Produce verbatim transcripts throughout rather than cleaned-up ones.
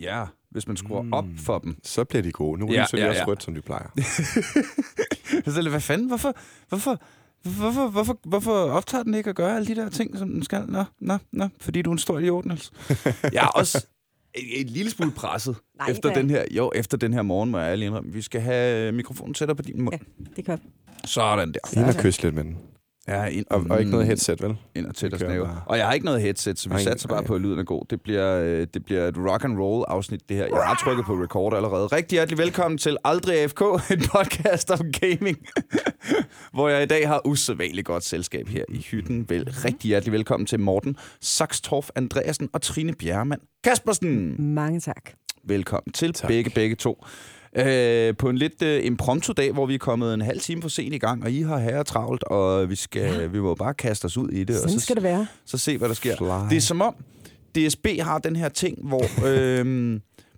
Ja, hvis man skruer mm. op for dem. Så bliver de gode. Nu er ja, de så ja, også ja. rødt, som de plejer. Så hvad fanden? Hvorfor, hvorfor, hvorfor, hvorfor, hvorfor optager den ikke at gøre alle de der ting, som den skal? Nå, nå, nå, fordi du er en stor idiot, Niels. Jeg er også en, en lille smule presset Nej, efter hvad? den her. Jo, efter den her morgen må jeg ærlig indrømme. Vi skal have mikrofonen tættere på din mund. Ja, det kan. Sådan der. Ind og kysse lidt med den. Ja, ind, og, og ikke noget headset, vel? Ind og tæt og snæve. Og jeg har ikke noget headset, så vi ej, satser bare ej. på, at lyden er god. Det bliver, det bliver et rock and roll afsnit, det her. Jeg har trykket på record allerede. Rigtig hjertelig velkommen til Aldrig A F K, en podcast om gaming, hvor jeg i dag har usædvanligt godt selskab her i hytten. Vel, rigtig hjertelig velkommen til Morten Saxtorff Andreasen og Trine Bjerremann Kaspersen. Mange tak. Velkommen til tak. begge, begge to. Øh, på en lidt øh, impromptu dag, hvor vi er kommet en halv time for sent i gang, og I har herre travlt, og vi skal ja. vi må bare kaste os ud i det. Sådan og så, skal det være. Så se, hvad der sker. Fly. Det er som om, D S B har den her ting, hvor øh,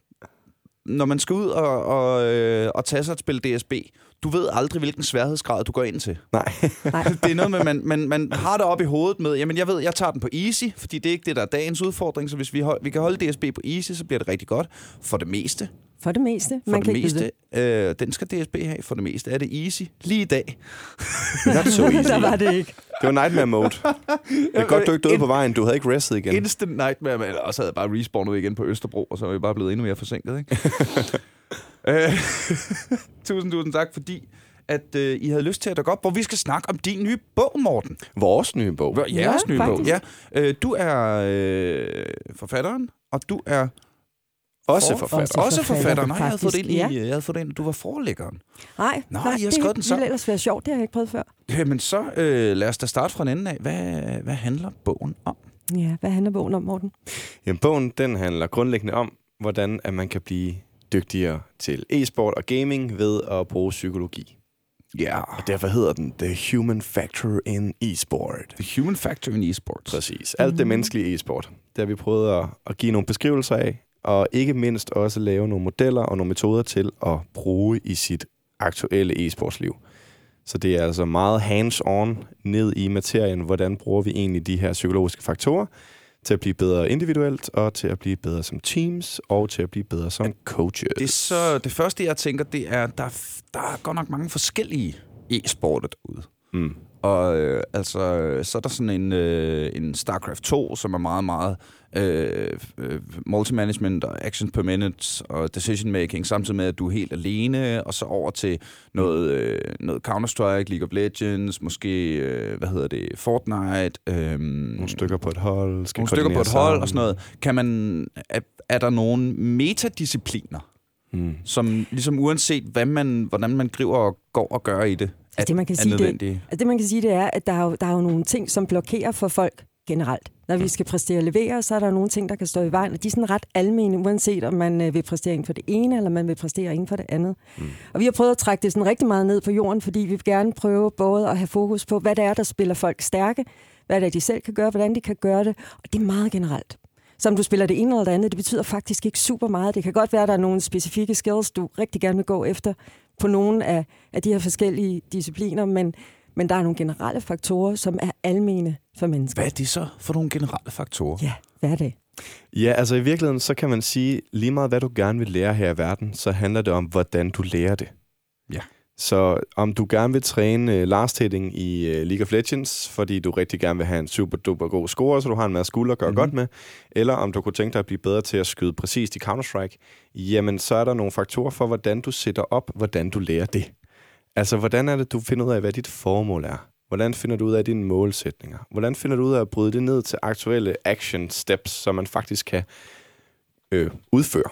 når man skal ud og, og, øh, og tage sig et spil D S B, du ved aldrig, hvilken sværhedsgrad du går ind til. Nej. Det er noget med, man, man, man har det op i hovedet med, jamen jeg ved, jeg tager den på easy, fordi det er ikke det, der er dagens udfordring, så hvis vi, hold, vi kan holde D S B på easy, så bliver det rigtig godt. For det meste. For det meste. For man det kan meste. Øh, den skal D S B have. For det meste er det easy. Lige i dag. Not so easy. Der var det ikke. Det var nightmare mode. Det er godt, du ikke døde på vejen. Du havde ikke restet igen. Instant nightmare. Eller også havde jeg bare respawnet igen på Østerbro, og så var vi bare blevet endnu mere forsinket, ikke? øh, tusind, tusind tak, fordi at øh, I havde lyst til at dukke op, hvor vi skal snakke om din nye bog, Morten. Vores nye bog. Jeres ja, nye faktisk. bog, ja. Øh, du er øh, forfatteren, og du er Også for, forfatter. Også, også forfatter. Nej, jeg havde fået det ind i, ja. jeg havde fået det ind, du var forlæggeren. Nej, Nå, nej I har det, skrevet den så. det ville ellers være sjovt. Det har jeg ikke prøvet før. Jamen så øh, lad os da starte fra en ende af. Hvad, hvad handler bogen om? Ja, hvad handler bogen om, Morten? Jamen, bogen den handler grundlæggende om, hvordan at man kan blive dygtigere til e-sport og gaming ved at bruge psykologi. Ja. Og derfor hedder den The Human Factor in E-sport. The Human Factor in E-sport. Præcis. Alt det menneskelige e-sport. Det har vi prøvet at, at give nogle beskrivelser af, og ikke mindst også lave nogle modeller og nogle metoder til at bruge i sit aktuelle e-sportsliv. Så det er altså meget hands-on ned i materien, hvordan bruger vi egentlig de her psykologiske faktorer til at blive bedre individuelt, og til at blive bedre som teams, og til at blive bedre som coaches. Det, er så, det første, jeg tænker, det er, at der, der er godt nok mange forskellige e-sporter derude. Mm. Og øh, altså, så er der sådan en, øh, en StarCraft to, som er meget, meget øh, øh, multi-management og actions per minute og decision-making, samtidig med, at du er helt alene, og så over til noget, øh, noget Counter-Strike, League of Legends, måske, øh, hvad hedder det, Fortnite. Øh, nogle stykker på et hold. Skal nogle stykker på et sammen. hold og sådan noget. Kan man, er, er der nogle metadiscipliner, mm. som ligesom uanset, hvad man, hvordan man griber og går og gør i det, Altså det, man kan sige, det, altså det, man kan sige, det er, at der er, jo, der er jo nogle ting, som blokerer for folk generelt. Når vi skal præstere og levere, så er der nogle ting, der kan stå i vejen, og de er sådan ret almene, uanset om man øh, vil præstere inden for det ene, eller man vil præstere inden for det andet. Mm. Og vi har prøvet at trække det sådan rigtig meget ned på jorden, fordi vi vil gerne prøve både at have fokus på, hvad det er, der spiller folk stærke, hvad det er, de selv kan gøre, hvordan de kan gøre det, og det er meget generelt. Så om du spiller det ene eller det andet, det betyder faktisk ikke super meget. Det kan godt være, at der er nogle specifikke skills, du rigtig gerne vil gå efter på nogle af, af de her forskellige discipliner, men, men der er nogle generelle faktorer, som er almene for mennesker. Hvad er det så for nogle generelle faktorer? Ja, hvad er det? Ja, altså i virkeligheden, så kan man sige, lige meget hvad du gerne vil lære her i verden, så handler det om, hvordan du lærer det. Ja. Så om du gerne vil træne uh, last hitting i uh, League of Legends, fordi du rigtig gerne vil have en super duper god score, så du har en masse guld at gøre mm-hmm. godt med, eller om du kunne tænke dig at blive bedre til at skyde præcist i Counter-Strike, jamen så er der nogle faktorer for, hvordan du sætter op, hvordan du lærer det. Altså, hvordan er det, du finder ud af, hvad dit formål er? Hvordan finder du ud af dine målsætninger? Hvordan finder du ud af at bryde det ned til aktuelle action steps, som man faktisk kan øh, udføre?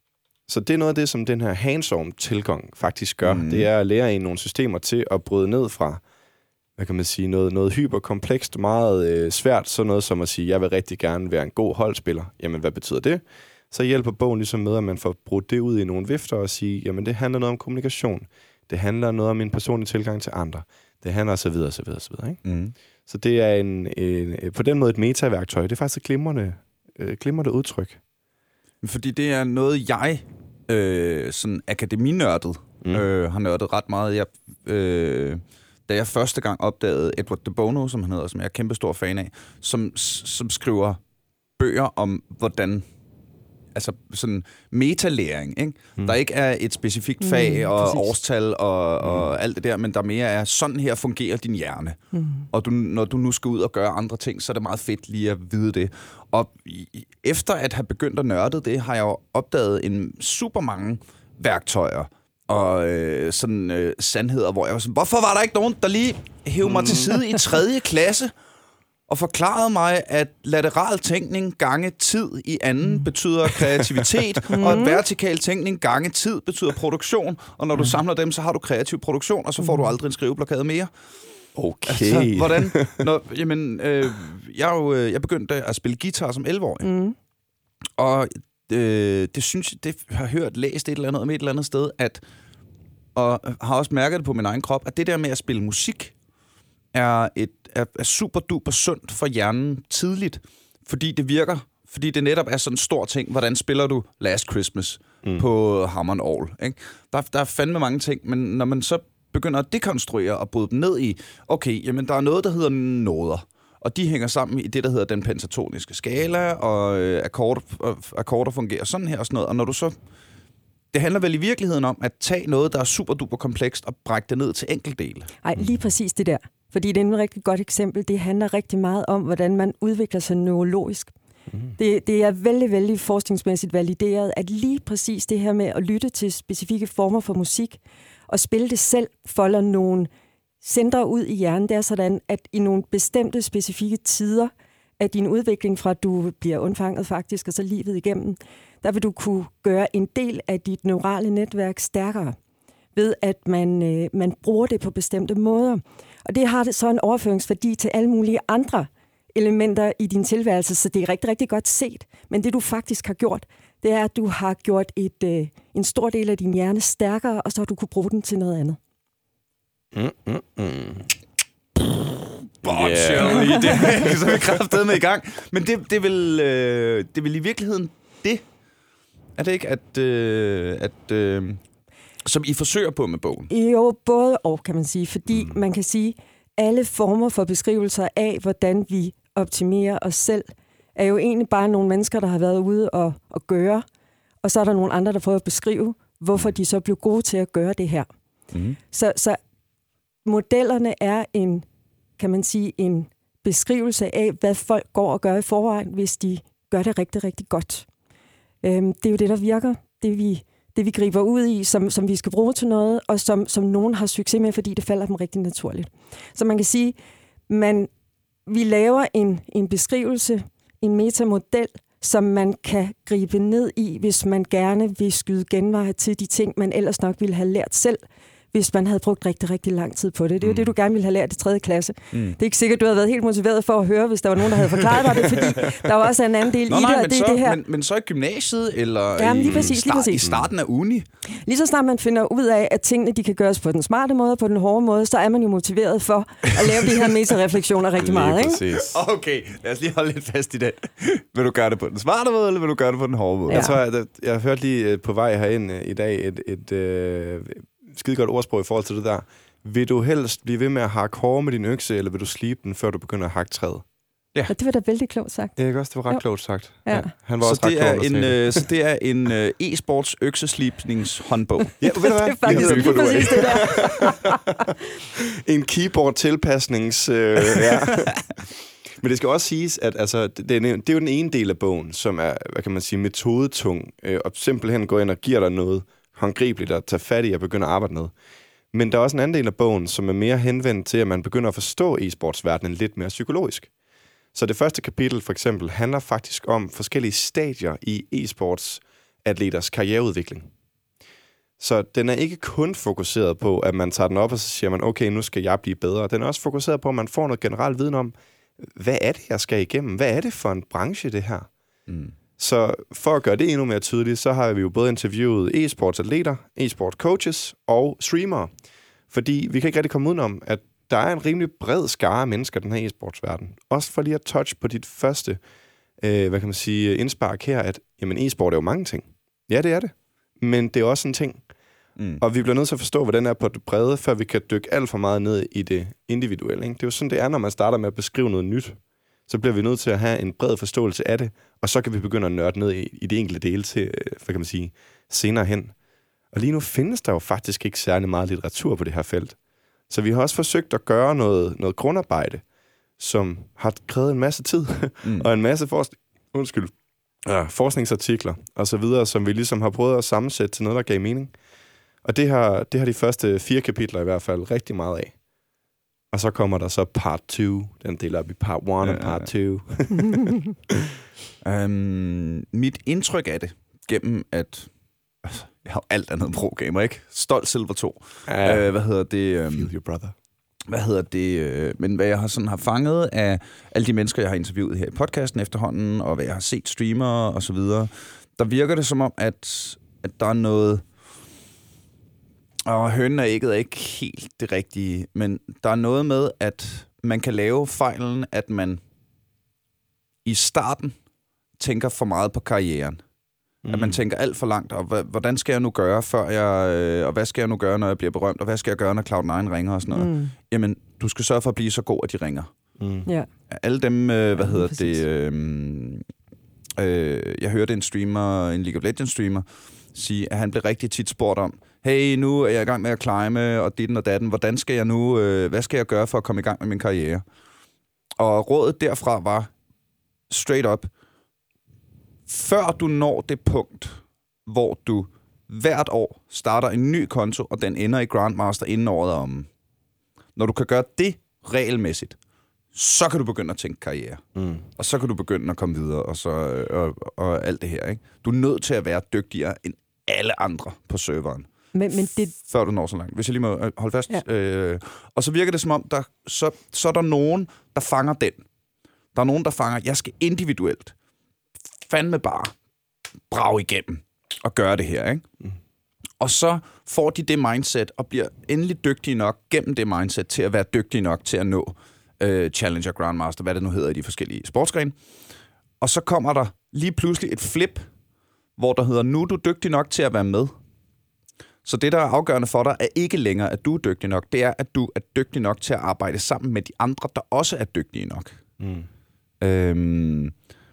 Så det er noget af det, som den her hands-on tilgang faktisk gør. Mm. Det er at lære en nogle systemer til at bryde ned fra, hvad kan man sige, noget, noget hyperkomplekst, meget øh, svært, sådan noget som at sige, jeg vil rigtig gerne være en god holdspiller. Jamen, hvad betyder det? Så hjælper bogen ligesom med, at man får brudt det ud i nogle vifter og sige, jamen, det handler noget om kommunikation. Det handler noget om en personlig tilgang til andre. Det handler så videre, så videre, så videre. Ikke? Mm. Så det er en, en, på den måde et metaværktøj. Det er faktisk et glimrende, øh, glimrende udtryk. Fordi det er noget, jeg øh, sådan akademinørdet mm. øh, har nørdet ret meget. Jeg, øh, da jeg første gang opdagede Edward de Bono, som han hedder, som jeg er kæmpe stor fan af, som, som skriver bøger om, hvordan altså sådan metalæring, ikke? Mm. Der ikke er et specifikt fag mm, og præcis. årstal og, og mm. alt det der, men der mere er, sådan her fungerer din hjerne. Mm. Og du, når du nu skal ud og gøre andre ting, så er det meget fedt lige at vide det. Og efter at have begyndt at nørde det, har jeg jo opdaget en super mange værktøjer og øh, sådan øh, sandheder, hvor jeg var sådan, hvorfor var der ikke nogen, der lige hævde mig mm. til side i tredje klasse og forklarede mig, at lateral tænkning gange tid i anden mm. betyder kreativitet, mm. og at vertikal tænkning gange tid betyder produktion, og når du samler dem, så har du kreativ produktion, og så får du aldrig en skriveblokade mere. Okay. Altså, hvordan? Når, jamen, øh, jeg, jo, jeg begyndte at spille guitar som elleve-årig, mm. og øh, det synes jeg, det har hørt, læst et eller andet med et eller andet sted, at, og har også mærket det på min egen krop, at det der med at spille musik, er, et, er, er super duper sundt for hjernen tidligt, fordi det virker, fordi det netop er sådan en stor ting. Hvordan spiller du Last Christmas mm. på Hammond All? Ikke? Der, der er fandme mange ting, men når man så begynder at dekonstruere og bryde dem ned i, okay, jamen der er noget, der hedder noder, og de hænger sammen i det, der hedder den pentatoniske skala, og øh, akkorder, øh, akkorder fungerer sådan her og sådan noget, og når du så det handler vel i virkeligheden om at tage noget, der er super duper komplekst, og brække det ned til enkeltdele. Nej, lige præcis det der. Fordi det er et rigtig godt eksempel. Det handler rigtig meget om, hvordan man udvikler sig neurologisk. Mm. Det, det er vældig, vældig forskningsmæssigt valideret, at lige præcis det her med at lytte til specifikke former for musik, og spille det selv, folder nogle centre ud i hjernen. Det er sådan, at i nogle bestemte specifikke tider af din udvikling, fra at du bliver undfanget faktisk, og så livet igennem, der vil du kunne gøre en del af dit neurale netværk stærkere, ved at man, øh, man bruger det på bestemte måder. Og det har det så en overføringsværdi til alle mulige andre elementer i din tilværelse, så det er rigtig, rigtig godt set. Men det, du faktisk har gjort, det er, at du har gjort et, øh, en stor del af din hjerne stærkere, og så har du kunne bruge den til noget andet. Mm, mm, mm. Bombshell, yeah. Det så er vi kraftedeme i gang. Men det, det, vil, øh, det vil i virkeligheden det. Er det ikke, at... Øh, at øh, som I forsøger på med bogen? Jo, både og, kan man sige. Fordi mm. man kan sige, alle former for beskrivelser af, hvordan vi optimerer os selv, er jo egentlig bare nogle mennesker, der har været ude og, og gøre. Og så er der nogle andre, der prøver at beskrive, hvorfor de så blev gode til at gøre det her. Mm. Så, så modellerne er en, kan man sige, en beskrivelse af, hvad folk går og gør i forvejen, hvis de gør det rigtig, rigtig godt. Øhm, det er jo det, der virker. Det vi, det, vi griber ud i, som, som vi skal bruge til noget, og som, som nogen har succes med, fordi det falder dem rigtig naturligt. Så man kan sige, man, vi laver en, en beskrivelse, en metamodel, som man kan gribe ned i, hvis man gerne vil skyde genveje til de ting, man ellers nok ville have lært selv, hvis man havde brugt rigtig, rigtig lang tid på det. Det er jo mm. det, du gerne ville have lært i tredje klasse. Mm. Det er ikke sikkert, du havde været helt motiveret for at høre, hvis der var nogen, der havde forklaret dig det, fordi der var også en anden del Nå, i nej, det, og det så, det her. Men, men så i gymnasiet, eller Jamen, lige i, præcis, start, lige præcis. i starten af uni? Lige så snart man finder ud af, at tingene de kan gøres på den smarte måde, på den hårde måde, så er man jo motiveret for at lave de her metareflektioner rigtig meget. Ikke? Okay, lad os lige holde lidt fast i det. Vil du gøre det på den smarte måde, eller vil du gøre det på den hårde måde? Ja. Jeg tror, jeg, jeg har hørt lige på vej herind i dag et... et øh, skide godt ordsprog i forhold til det der. Vil du helst blive ved med at hakke hårde med din økse, eller vil du slibe den, før du begynder at hakke træet? Ja. ja, det var da vældig klogt sagt. Ja, ikke også? Det var ret jo. klogt sagt. Ja. Ja. Han var så, også det ret er en, øh, så det er en øh, e-sports økseslipningshåndbog. Ja, ved du hvad? Det er faktisk lige præcis det der. En keyboard-tilpasnings... Øh, ja. Men det skal også siges, at altså, det, er, det er jo den ene del af bogen, som er, hvad kan man sige, metodetung, øh, og simpelthen går ind og giver dig noget håndgribeligt at tage fat i og begynde at arbejde med. Men der er også en anden del af bogen, som er mere henvendt til, at man begynder at forstå e-sportsverdenen lidt mere psykologisk. Så det første kapitel for eksempel handler faktisk om forskellige stadier i e-sportsatleters karriereudvikling. Så den er ikke kun fokuseret på, at man tager den op, og så siger man, okay, nu skal jeg blive bedre. Den er også fokuseret på, at man får noget generelt viden om, hvad er det, jeg skal igennem? Hvad er det for en branche, det her? Mm. Så for at gøre det endnu mere tydeligt, så har vi jo både interviewet e-sportsatleter, e-sportcoaches og streamere. Fordi vi kan ikke rigtig komme udenom, at der er en rimelig bred skare af mennesker i den her e-sportsverden. Også for lige at touch på dit første, øh, hvad kan man sige, indspark her, at jamen, e-sport er jo mange ting. Ja, det er det. Men det er også en ting. Mm. Og vi bliver nødt til at forstå, hvad den er på det brede, før vi kan dykke alt for meget ned i det individuelle. Ikke? Det er jo sådan, det er, når man starter med at beskrive noget nyt. så bliver vi nødt til at have en bred forståelse af det, og så kan vi begynde at nørde ned i, i det enkelte dele til, hvad kan man sige, senere hen. Og lige nu findes der jo faktisk ikke særlig meget litteratur på det her felt. Så vi har også forsøgt at gøre noget, noget grundarbejde, som har krævet en masse tid, mm. og en masse forskning, undskyld, ja, forskningsartikler og så videre, som vi ligesom har prøvet at sammensætte til noget, der gav mening. Og det har, det har de første fire kapitler i hvert fald rigtig meget af. Og så kommer der så part to. Den deler op i part one ja, og part to. um, mit indtryk af det, gennem at... Altså, jeg har alt andet pro-gamer, ikke? Stolt Silver to. Ja, uh, hvad hedder det? Um, Feel your brother. Hvad hedder det? Uh, men hvad jeg har, sådan, har fanget af alle de mennesker, jeg har interviewet her i podcasten efterhånden, og hvad jeg har set streamere og så videre, der virker det som om, at, at der er noget... Og hønen og ægget er ikke helt det rigtige, men der er noget med, at man kan lave fejlen, at man i starten tænker for meget på karrieren. Mm. At man tænker alt for langt, og hvordan skal jeg nu gøre, før jeg, og hvad skal jeg nu gøre, når jeg bliver berømt, og hvad skal jeg gøre, når Cloud nine ringer og sådan noget. Mm. Jamen, du skal sørge for at blive så god, at de ringer. Mm. Yeah. Alle dem, øh, hvad ja, hedder præcis. det, øh, øh, jeg hørte en streamer, en League of Legends streamer, sige, at han blev rigtig tit spurgt om, hey, nu er jeg i gang med at climbe, og ditten og datten, hvordan skal jeg nu, øh, hvad skal jeg gøre for at komme i gang med min karriere? Og rådet derfra var, straight up, før du når det punkt, hvor du hvert år starter en ny konto, og den ender i Grandmaster inden året er omme. Når du kan gøre det regelmæssigt, så kan du begynde at tænke karriere. Mm. Og så kan du begynde at komme videre, og, så, og, og alt det her. Ikke? Du er nødt til at være dygtigere end alle andre på serveren. Men, men det... Før du når så langt. Hvis jeg lige må holde fast. Ja. Øh, og så virker det som om, der, så, så er der nogen, der fanger den. Der er nogen, der fanger, jeg skal individuelt fandme bare brage igennem og gøre det her. Ikke? Mm. Og så får de det mindset og bliver endelig dygtige nok gennem det mindset til at være dygtige nok til at nå øh, Challenger, Grandmaster, hvad det nu hedder i de forskellige sportsgrene. Og så kommer der lige pludselig et flip, hvor der hedder, nu er du dygtig nok til at være med. Så det, der er afgørende for dig, er ikke længere, at du er dygtig nok. Det er, at du er dygtig nok til at arbejde sammen med de andre, der også er dygtige nok. Mm. Øhm,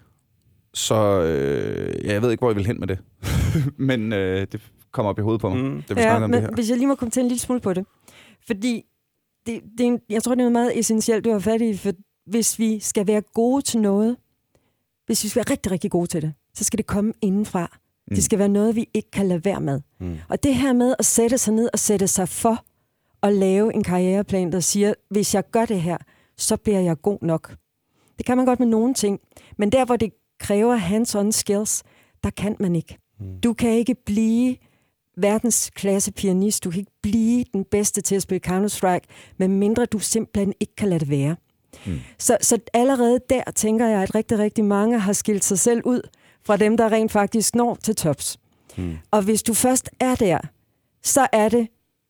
så øh, ja, jeg ved ikke, hvor jeg vil hen med det. men øh, det kommer op i hovedet på mig, mm. det vi ja, om men det her. Hvis jeg lige må komme til en lille smule på det. Fordi det, det er en, jeg tror, det er meget essentielt, du har fat i, for hvis vi skal være gode til noget, hvis vi skal være rigtig, rigtig gode til det, så skal det komme indenfra. Mm. Det skal være noget, vi ikke kan lade være med. Mm. Og det her med at sætte sig ned og sætte sig for at lave en karriereplan, der siger, hvis jeg gør det her, så bliver jeg god nok. Det kan man godt med nogle ting. Men der, hvor det kræver hands-on skills, der kan man ikke. Mm. Du kan ikke blive verdensklasse pianist. Du kan ikke blive den bedste til at spille Counter-Strike, medmindre du simpelthen ikke kan lade det være. Mm. Så, så allerede der tænker jeg, at rigtig, rigtig mange har skilt sig selv ud fra dem, der rent faktisk når til tops. Mm. Og hvis du først er der, så er det,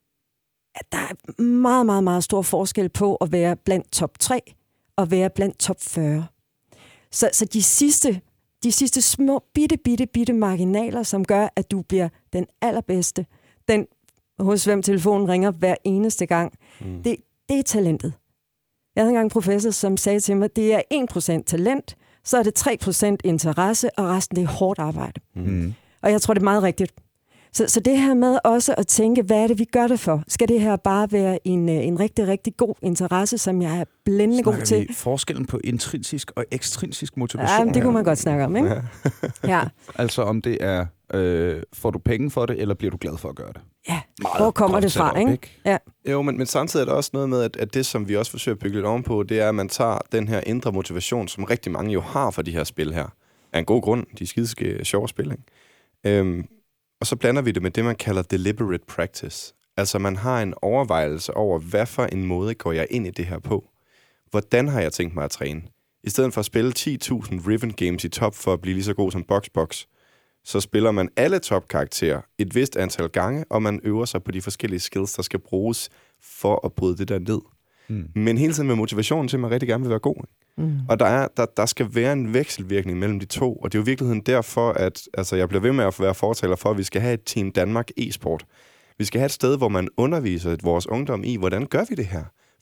at der er meget, meget, meget stor forskel på at være blandt top tre og være blandt top fyrre. Så, så de sidste, de sidste små, bitte, bitte, bitte marginaler, som gør, at du bliver den allerbedste, den hos hvem telefonen ringer hver eneste gang, mm. det, det er talentet. Jeg havde engang en professor, som sagde til mig, at det er en procent talent, så er det tre procent interesse, og resten det er hårdt arbejde. Mm. Og jeg tror, det er meget rigtigt. Så, så det her med også at tænke, hvad er det, vi gør det for? Skal det her bare være en, en rigtig, rigtig god interesse, som jeg er blændende god til? Snakker vi forskellen på intrinsisk og ekstrinsisk motivation? Ja, men det kunne man godt snakke om, ikke? Ja. Altså om det er, øh, får du penge for det, eller bliver du glad for at gøre det? Ja, meget hvor kommer det fra, ikke? ikke? Ja. Jo, men, men samtidig er der også noget med, at, at det, som vi også forsøger at bygge lidt ovenpå, det er, at man tager den her indre motivation, som rigtig mange jo har for de her spil her. Af en god grund, de skidske sjove spil, ikke? Øhm, og så blander vi det med det, man kalder deliberate practice. Altså, man har en overvejelse over, hvad for en måde går jeg ind i det her på? Hvordan har jeg tænkt mig at træne? I stedet for at spille ti tusind Riven Games i top for at blive lige så god som Boxbox, så spiller man alle topkarakterer et vist antal gange, og man øver sig på de forskellige skills, der skal bruges for at bryde det der ned. Mm. Men hele tiden med motivationen til, at man rigtig gerne vil være god. Mm. Og der, er, der, der skal være en vekselvirkning mellem de to, og det er jo i virkeligheden derfor, at altså, jeg bliver ved med at være fortaler for, at vi skal have et Team Danmark e-sport. Vi skal have et sted, hvor man underviser vores ungdom i, hvordan gør vi det her?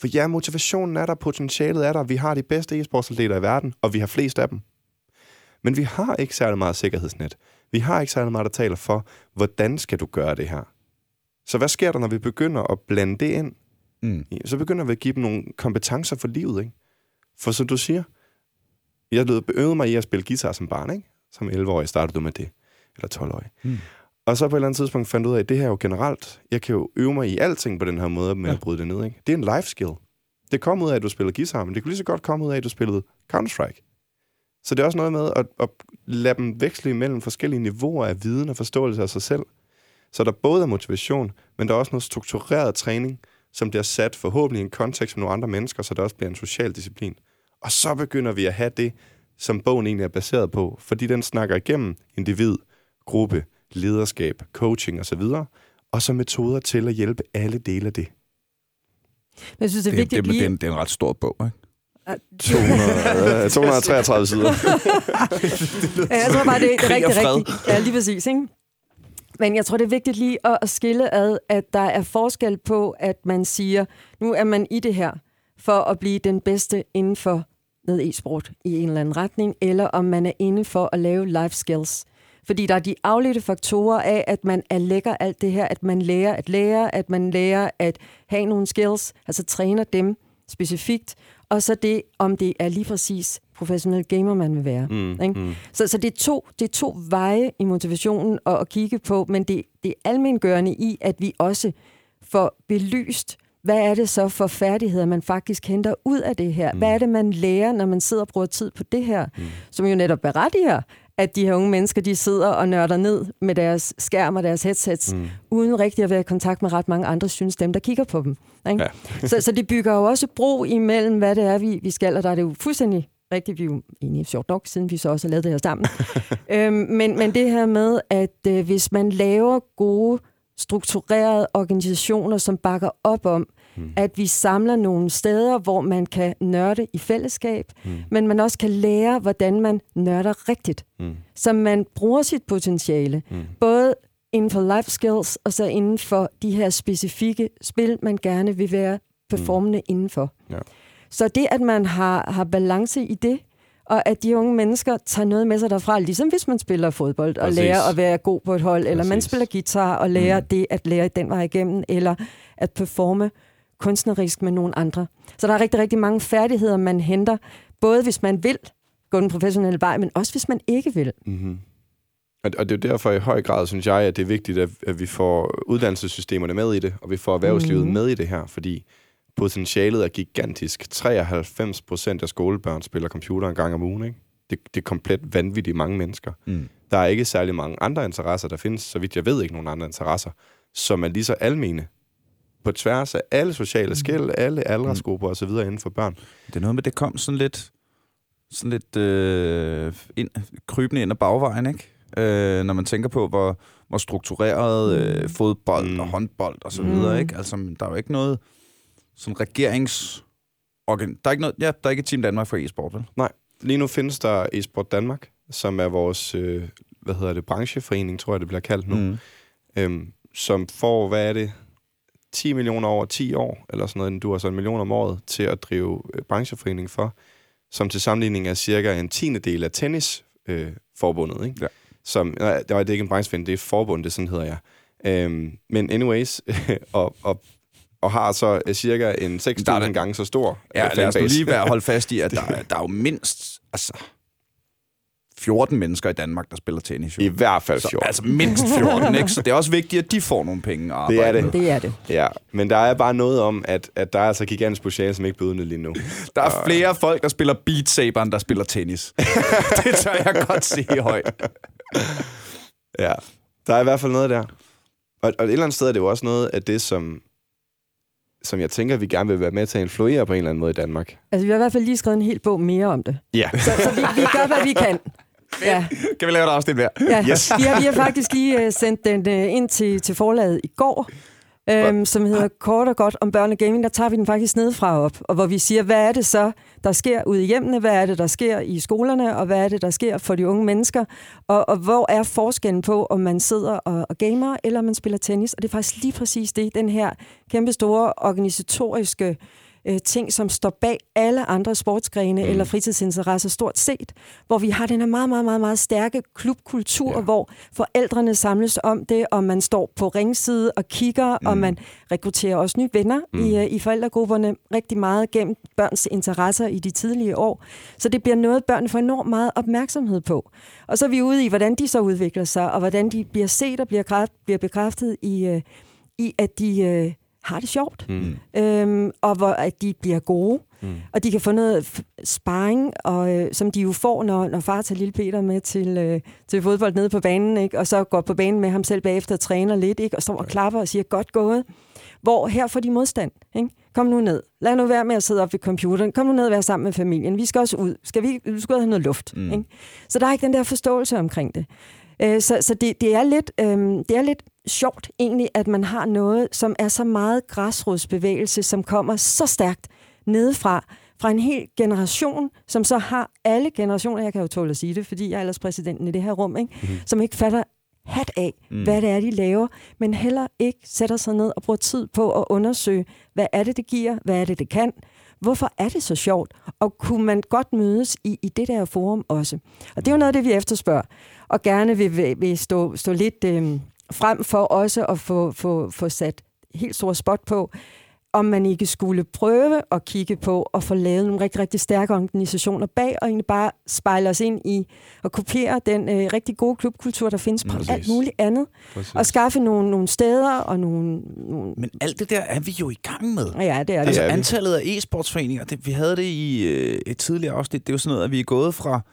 For ja, motivationen er der, potentialet er der, vi har de bedste e-sportsatleter i verden, og vi har flest af dem. Men vi har ikke særlig meget sikkerhedsnet. Vi har ikke særlig meget, der taler for, hvordan skal du gøre det her? Så hvad sker der, når vi begynder at blande det ind? Mm. Så begynder vi at give dem nogle kompetencer for livet, ikke? For som du siger, jeg øvede mig i at spille guitar som barn, ikke? Som elleve-årig startede du med det, eller tolv-årig. Mm. Og så på et eller andet tidspunkt fandt du ud af, at det her er jo generelt, jeg kan jo øve mig i alting på den her måde, med ja. at bryde det ned, ikke? Det er en life skill. Det kom ud af, at du spillede guitar, men det kunne lige så godt komme ud af, at du spillede Counter-Strike. Så det er også noget med at, at lade dem veksle imellem forskellige niveauer af viden og forståelse af sig selv. Så der både er motivation, men der er også noget struktureret træning, som bliver sat forhåbentlig i en kontekst med nogle andre mennesker, så der også bliver en social disciplin. Og så begynder vi at have det, som bogen egentlig er baseret på, fordi den snakker igennem individ, gruppe, lederskab, coaching osv., og så metoder til at hjælpe alle dele af det. Men jeg synes, det er det, vigtigt det, lige... det, det er en ret stor bog, ikke? to hundrede, to hundrede og treogtredive sider. Ja, jeg tror bare, det, det er rigtig, rigtigt. Ja, lige præcis, ikke? Men jeg tror, det er vigtigt lige at, at skille ad, at der er forskel på, at man siger, nu er man i det her for at blive den bedste inden for noget e-sport i en eller anden retning, eller om man er inde for at lave life skills. Fordi der er de afledte faktorer af, at man erlægger alt det her, at man lærer at lære, at man lærer at have nogle skills, altså træner dem specifikt, og så det, om det er lige præcis professionel gamer, man vil være. Mm, ikke? Mm. Så, så det, er to, det er to veje i motivationen at, at kigge på, men det, det er almengørende i, at vi også får belyst, hvad er det så for færdigheder, man faktisk henter ud af det her? Mm. Hvad er det, man lærer, når man sidder og bruger tid på det her? Mm. Som jo netop berettiger, at de her unge mennesker, de sidder og nørder ned med deres skærm og deres headsets, mm. uden rigtig at være i kontakt med ret mange andre, synes dem, der kigger på dem. Ikke? Ja. så, så det bygger jo også bro imellem, hvad det er, vi, vi skal, og der er det jo fuldstændig rigtigt, vi er jo enige sjovt nok, siden vi så også har lavet det her sammen. øhm, men, men det her med, at øh, hvis man laver gode, strukturerede organisationer, som bakker op om, mm. at vi samler nogle steder, hvor man kan nørde i fællesskab, mm. men man også kan lære, hvordan man nørder rigtigt. Mm. Så man bruger sit potentiale, mm. både inden for life skills, og så inden for de her specifikke spil, man gerne vil være performende mm. indenfor. Ja. Så det, at man har, har balance i det, og at de unge mennesker tager noget med sig derfra, ligesom hvis man spiller fodbold og Præcis. lærer at være god på et hold, eller Præcis. man spiller guitar og lærer mm. det at lære den vej igennem, eller at performe kunstnerisk med nogle andre. Så der er rigtig, rigtig mange færdigheder, man henter, både hvis man vil gå den professionelle vej, men også hvis man ikke vil. Mm-hmm. Og det er derfor i høj grad, synes jeg, at det er vigtigt, at vi får uddannelsessystemerne med i det, og vi får erhvervslivet mm. med i det her, fordi potentialet er gigantisk. treoghalvfems procent af skolebørn spiller computer en gang om ugen, ikke? Det, det er komplet vanvittigt mange mennesker. Mm. Der er ikke særlig mange andre interesser, der findes, så vidt jeg ved ikke nogen andre interesser, som er lige så almene på tværs af alle sociale skel, alle aldersgrupper og så videre inden for børn. Det er noget med, det kom sådan lidt, sådan lidt øh, ind, krybende ind ad bagvejen, ikke? Øh, når man tænker på, hvor, hvor struktureret øh, fodbold mm. og håndbold og så videre, mm. ikke? Altså, der er jo ikke noget sådan regerings... Der er ikke noget, ja, der er ikke Team Danmark for e-sport, vel? Nej. Lige nu findes der e-sport Danmark, som er vores, øh, hvad hedder det, brancheforening, tror jeg, det bliver kaldt nu. Mm. Øhm, som får, hvad er det, ti millioner over ti år, eller sådan noget, du har så en million om året til at drive øh, brancheforening for, som til sammenligning er cirka en tiende del af tennisforbundet, øh, ikke? Ja. Som, nej, det er ikke en brancheforening, det er et forbund, det sådan hedder jeg. Øhm, men anyways, og, og og har så cirka en seks tusind gange så stor ja, fanbase. Lad os nu lige være holde fast i, at der, der er jo mindst altså, fjorten mennesker i Danmark, der spiller tennis. Jo. I hvert fald fjorten. Så, altså mindst fjorten, ikke? Så det er også vigtigt, at de får nogle penge at arbejde det er det. med. Det er det. Ja, men der er bare noget om, at, at der er altså gigantisk potentiale, som ikke bliver udnyttet lige nu. Der er og... flere folk, der spiller Beat Saber, end der spiller tennis. Det tør jeg godt sige højt. Ja, der er i hvert fald noget der. Og, og et eller andet sted er det jo også noget af det, som... som jeg tænker, vi gerne vil være med til at influere på en eller anden måde i Danmark. Altså, vi har i hvert fald lige skrevet en hel bog mere om det. Ja. Så, så vi, vi gør, hvad vi kan. Ja. Kan vi lave et afsnit mere? Ja. Yes. Vi, har, vi har faktisk lige uh, sendt den uh, ind til, til forlaget i går, um, som hedder Kort og Godt om børn og gaming. Der tager vi den faktisk nedefra op, og hvor vi siger, hvad er det så, der sker ude i hjemmene, hvad er det, der sker i skolerne, og hvad er det, der sker for de unge mennesker, og, og hvor er forskellen på, om man sidder og, og gamer, eller man spiller tennis. Og det er faktisk lige præcis det, den her kæmpe store organisatoriske øh, ting, som står bag alle andre sportsgrene mm. eller fritidsinteresser stort set, hvor vi har den her meget, meget, meget, meget stærke klubkultur, ja. hvor forældrene samles om det, og man står på ringside og kigger, mm. og man rekrutterer også nye venner mm. i, i forældregrupperne rigtig meget gennem børns interesser i de tidlige år. Så det bliver noget, børn får enormt meget opmærksomhed på. Og så er vi ude i, hvordan de så udvikler sig, og hvordan de bliver set og bliver, kræft, bliver bekræftet i, øh, i at de øh, har det sjovt, mm. øhm, og hvor at de bliver gode, mm. og de kan få noget sparring, og, øh, som de jo får, når, når far tager lille Peter med til, øh, til fodbold nede på banen, ikke? Og så går på banen med ham selv bagefter og træner lidt, ikke? Og står og klapper og siger, godt gået. Hvor her får de modstand. Ikke? Kom nu ned. Lad nu være med at sidde op ved computeren. Kom nu ned og være sammen med familien. Vi skal også ud. Skal vi, vi skal have noget luft. Mm. Ikke? Så der er ikke den der forståelse omkring det. Øh, så så det, det, er lidt, øh, det er lidt sjovt egentlig, at man har noget, som er så meget græsrodsbevægelse, som kommer så stærkt nedefra, fra en hel generation, som så har alle generationer, jeg kan jo tåle at sige det, fordi jeg er ellers præsidenten i det her rum, ikke? Mm. som ikke fatter hat af, mm. hvad det er, de laver, men heller ikke sætter sig ned og bruger tid på at undersøge, hvad er det, det giver, hvad er det, det kan, hvorfor er det så sjovt, og kunne man godt mødes i, i det der forum også. Og det er jo noget af det, vi efterspørger, og gerne vil, vil, vil stå, stå lidt øh, frem for også at få, få, få sat helt stor spot på, om man ikke skulle prøve at kigge på og få lavet nogle rigtig, rigtig stærke organisationer bag, og egentlig bare spejle os ind i og kopiere den øh, rigtig gode klubkultur, der findes på Præcis. alt muligt andet. Præcis. Og skaffe nogle, nogle steder og nogle, nogle... Men alt det der er vi jo i gang med. Ja, det er det. Altså antallet af e-sportsforeninger, det, vi havde det i øh, et tidligere afsnit, det er jo sådan noget, at vi er gået fra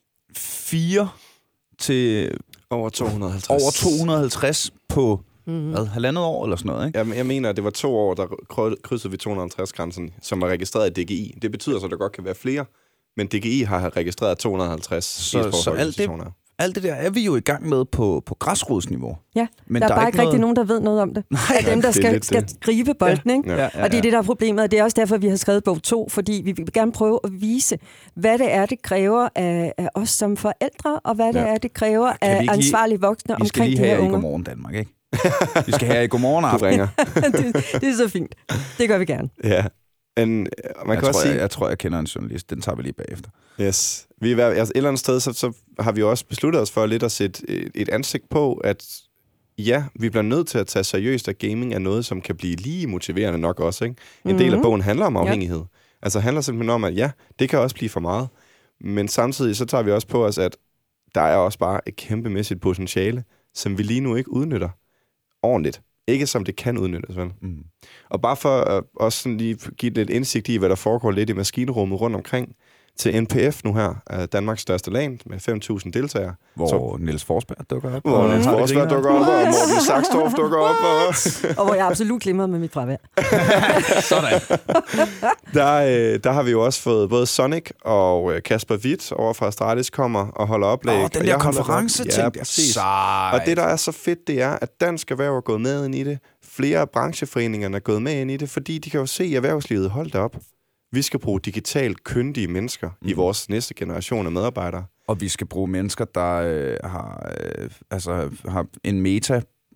fire til... Over to hundrede og halvtreds. Over to hundrede og halvtreds på... Mm-hmm. Hvad, halvandet år eller sådan noget, ikke? Jamen, jeg mener, at det var to år, der krydsede vi to hundrede og halvtreds-grænsen, som var registreret i D G I. Det betyder så, at der godt kan være flere, men D G I har registreret to hundrede og halvtreds. Så, så alt, det, alt det der er vi jo i gang med på, på græsrodsniveau. Ja, men der, der er bare ikke noget... rigtig nogen, der ved noget om det. Nej, af dem, der skal, skal gribe bolden, ja. ikke? Ja, ja, ja. Og det er det, der er problemet, og det er også derfor, vi har skrevet bog to, fordi vi vil gerne prøve at vise, hvad det er, det kræver af, af os som forældre, og hvad ja. det er, det kræver af lige... ansvarlige voksne omkring de her unge. Vi skal lige have i Godmorgen Danmark, ikke? Vi skal have i Godmorgen aften. ringer. det, det er så fint. Det gør vi gerne. Ja. Men, man jeg, kan tror, også sige... jeg, jeg tror, jeg kender en journalist. Den tager vi lige bagefter. Yes. Vi er, altså, et eller andet sted, så, så har vi også besluttet os for lidt at sætte et, et ansigt på, at ja, vi bliver nødt til at tage seriøst, at gaming er noget, som kan blive lige motiverende nok også. Ikke? En mm-hmm. del af bogen handler om afhængighed. Ja. Altså handler simpelthen om, at ja, det kan også blive for meget. Men samtidig så tager vi også på os, at der er også bare et kæmpemæssigt potentiale, som vi lige nu ikke udnytter ordentligt. Ikke som det kan udnyttes, vel? Mm. Og bare for uh, også sådan lige give lidt indsigt i, hvad der foregår lidt i maskinrummet rundt omkring, til N P F nu her, uh, Danmarks største LAN med fem tusind deltagere. Hvor så, Niels Forsberg dukker op. Hvor Niels Forsberg dukker op, og Morten Saxtorff dukker op. Og, og hvor jeg absolut glimrede med mit fravær. Sådan. Der, uh, der har vi jo også fået både Sonic og uh, Kasper Witt over fra Astralis kommer og holder oplæg. Åh, oh, den der konference, ja, præcis. Og det, der er så fedt, det er, at Dansk Erhverv er gået med ind i det. Flere af brancheforeningerne er gået med ind i det, fordi de kan jo se, at erhvervslivet holdt op. Vi skal bruge digitalt kyndige mennesker mm. i vores næste generation af medarbejdere. Og vi skal bruge mennesker, der øh, har, øh, altså, har en meta,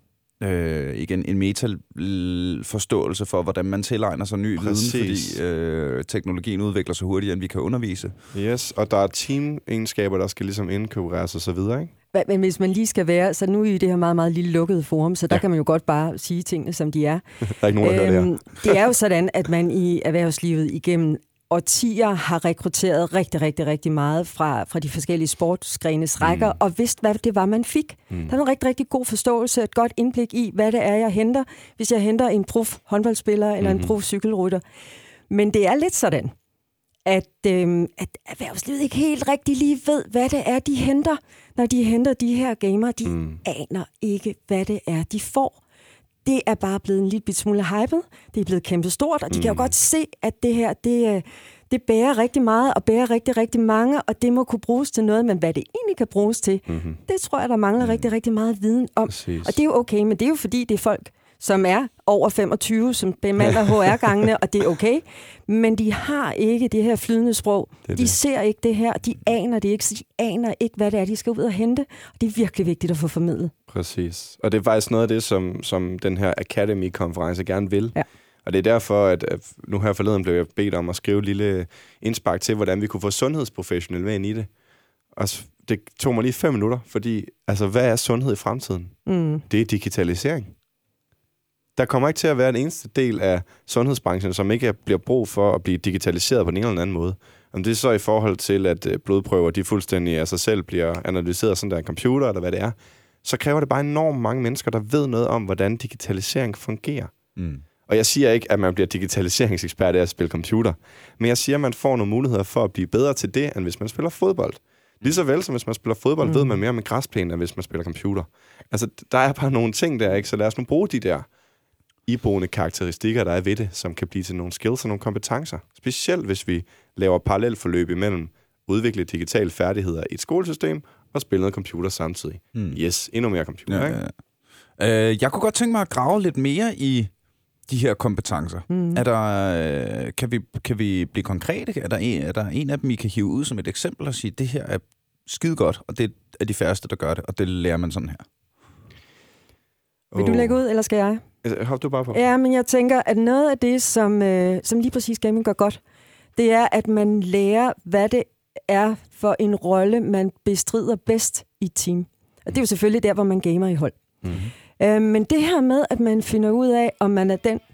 øh, igen, en meta-forståelse for, hvordan man tilegner sig ny Præcis. viden, fordi øh, teknologien udvikler sig hurtigere, end vi kan undervise. Yes, og der er team-egenskaber, der skal ligesom inkorporeres og så videre, ikke? Men hvis man lige skal være, så nu er I det her meget, meget lille lukkede forum, så der ja. kan man jo godt bare sige tingene, som de er. Der er ikke nogen, der øhm, hører det her. Det er jo sådan, at man i erhvervslivet igennem årtier har rekrutteret rigtig, rigtig, rigtig meget fra, fra de forskellige sportsgrenes rækker, mm. og vidste, hvad det var, man fik. Mm. Der er en rigtig, rigtig god forståelse, et godt indblik i, hvad det er, jeg henter, hvis jeg henter en prof håndboldspiller eller mm. en prof cykelrytter. Men det er lidt sådan, at, øhm, at erhvervslivet ikke helt rigtig lige ved, hvad det er, de henter, når de henter de her gamere. De mm. aner ikke, hvad det er, de får. Det er bare blevet en lille smule hypet. Det er blevet kæmpestort, og de mm. kan jo godt se, at det her, det, det bærer rigtig meget, og bærer rigtig, rigtig mange, og det må kunne bruges til noget, men hvad det egentlig kan bruges til, mm-hmm. det tror jeg, der mangler mm. rigtig, rigtig meget viden om. Præcis. Og det er jo okay, men det er jo fordi, det er folk, som er over femogtyve, som bemander H R-gangene, og det er okay. Men de har ikke det her flydende sprog. Det de det. ser ikke det her, de aner det ikke, så de aner ikke, hvad det er, de skal ud og hente. Og det er virkelig vigtigt at få formidlet. Præcis. Og det er faktisk noget af det, som, som den her Academy-konference gerne vil. Ja. Og det er derfor, at, at nu her forleden blev jeg bedt om at skrive et lille indspark til, hvordan vi kunne få sundhedsprofessionelle med ind i det. Og det tog mig lige fem minutter, fordi altså, hvad er sundhed i fremtiden? Mm. Det er digitalisering. Der kommer ikke til at være en eneste del af sundhedsbranchen, som ikke bliver brug for at blive digitaliseret på den ene eller anden måde. Om det er så i forhold til, at blodprøver de fuldstændig af sig selv bliver analyseret sådan der en computer, eller hvad det er, så kræver det bare enormt mange mennesker, der ved noget om, hvordan digitalisering fungerer. Mm. Og jeg siger ikke, at man bliver digitaliseringsekspert af at spille computer, men jeg siger, at man får nogle muligheder for at blive bedre til det, end hvis man spiller fodbold. Lige så vel som hvis man spiller fodbold, mm. ved man mere om en græsplæne, end hvis man spiller computer. Altså, der er bare nogle ting der, ikke? Så lad os nu bruge de der iboende karakteristikker, der er ved det, som kan blive til nogle skills og nogle kompetencer. Specielt hvis vi laver parallelforløb imellem udvikle digitale færdigheder i et skolesystem og spille noget computer samtidig. Mm. Yes, endnu mere computer, ja, ikke? Ja. Uh, jeg kunne godt tænke mig at grave lidt mere i de her kompetencer. Mm. Er der, kan, vi, kan vi blive konkrete? Er der, en, er der en af dem, I kan hive ud som et eksempel og sige, det her er skide godt, og det er de færreste, der gør det, og det lærer man sådan her? Vil du lægge ud, eller skal jeg? Hop du bare på. Ja, men jeg tænker, at noget af det, som, øh, som lige præcis gaming gør godt, det er, at man lærer, hvad det er for en rolle, man bestrider bedst i et team. Og det er jo selvfølgelig der, hvor man gamer i hold. Mm-hmm. Øh, men det her med, at man finder ud af, om man er den...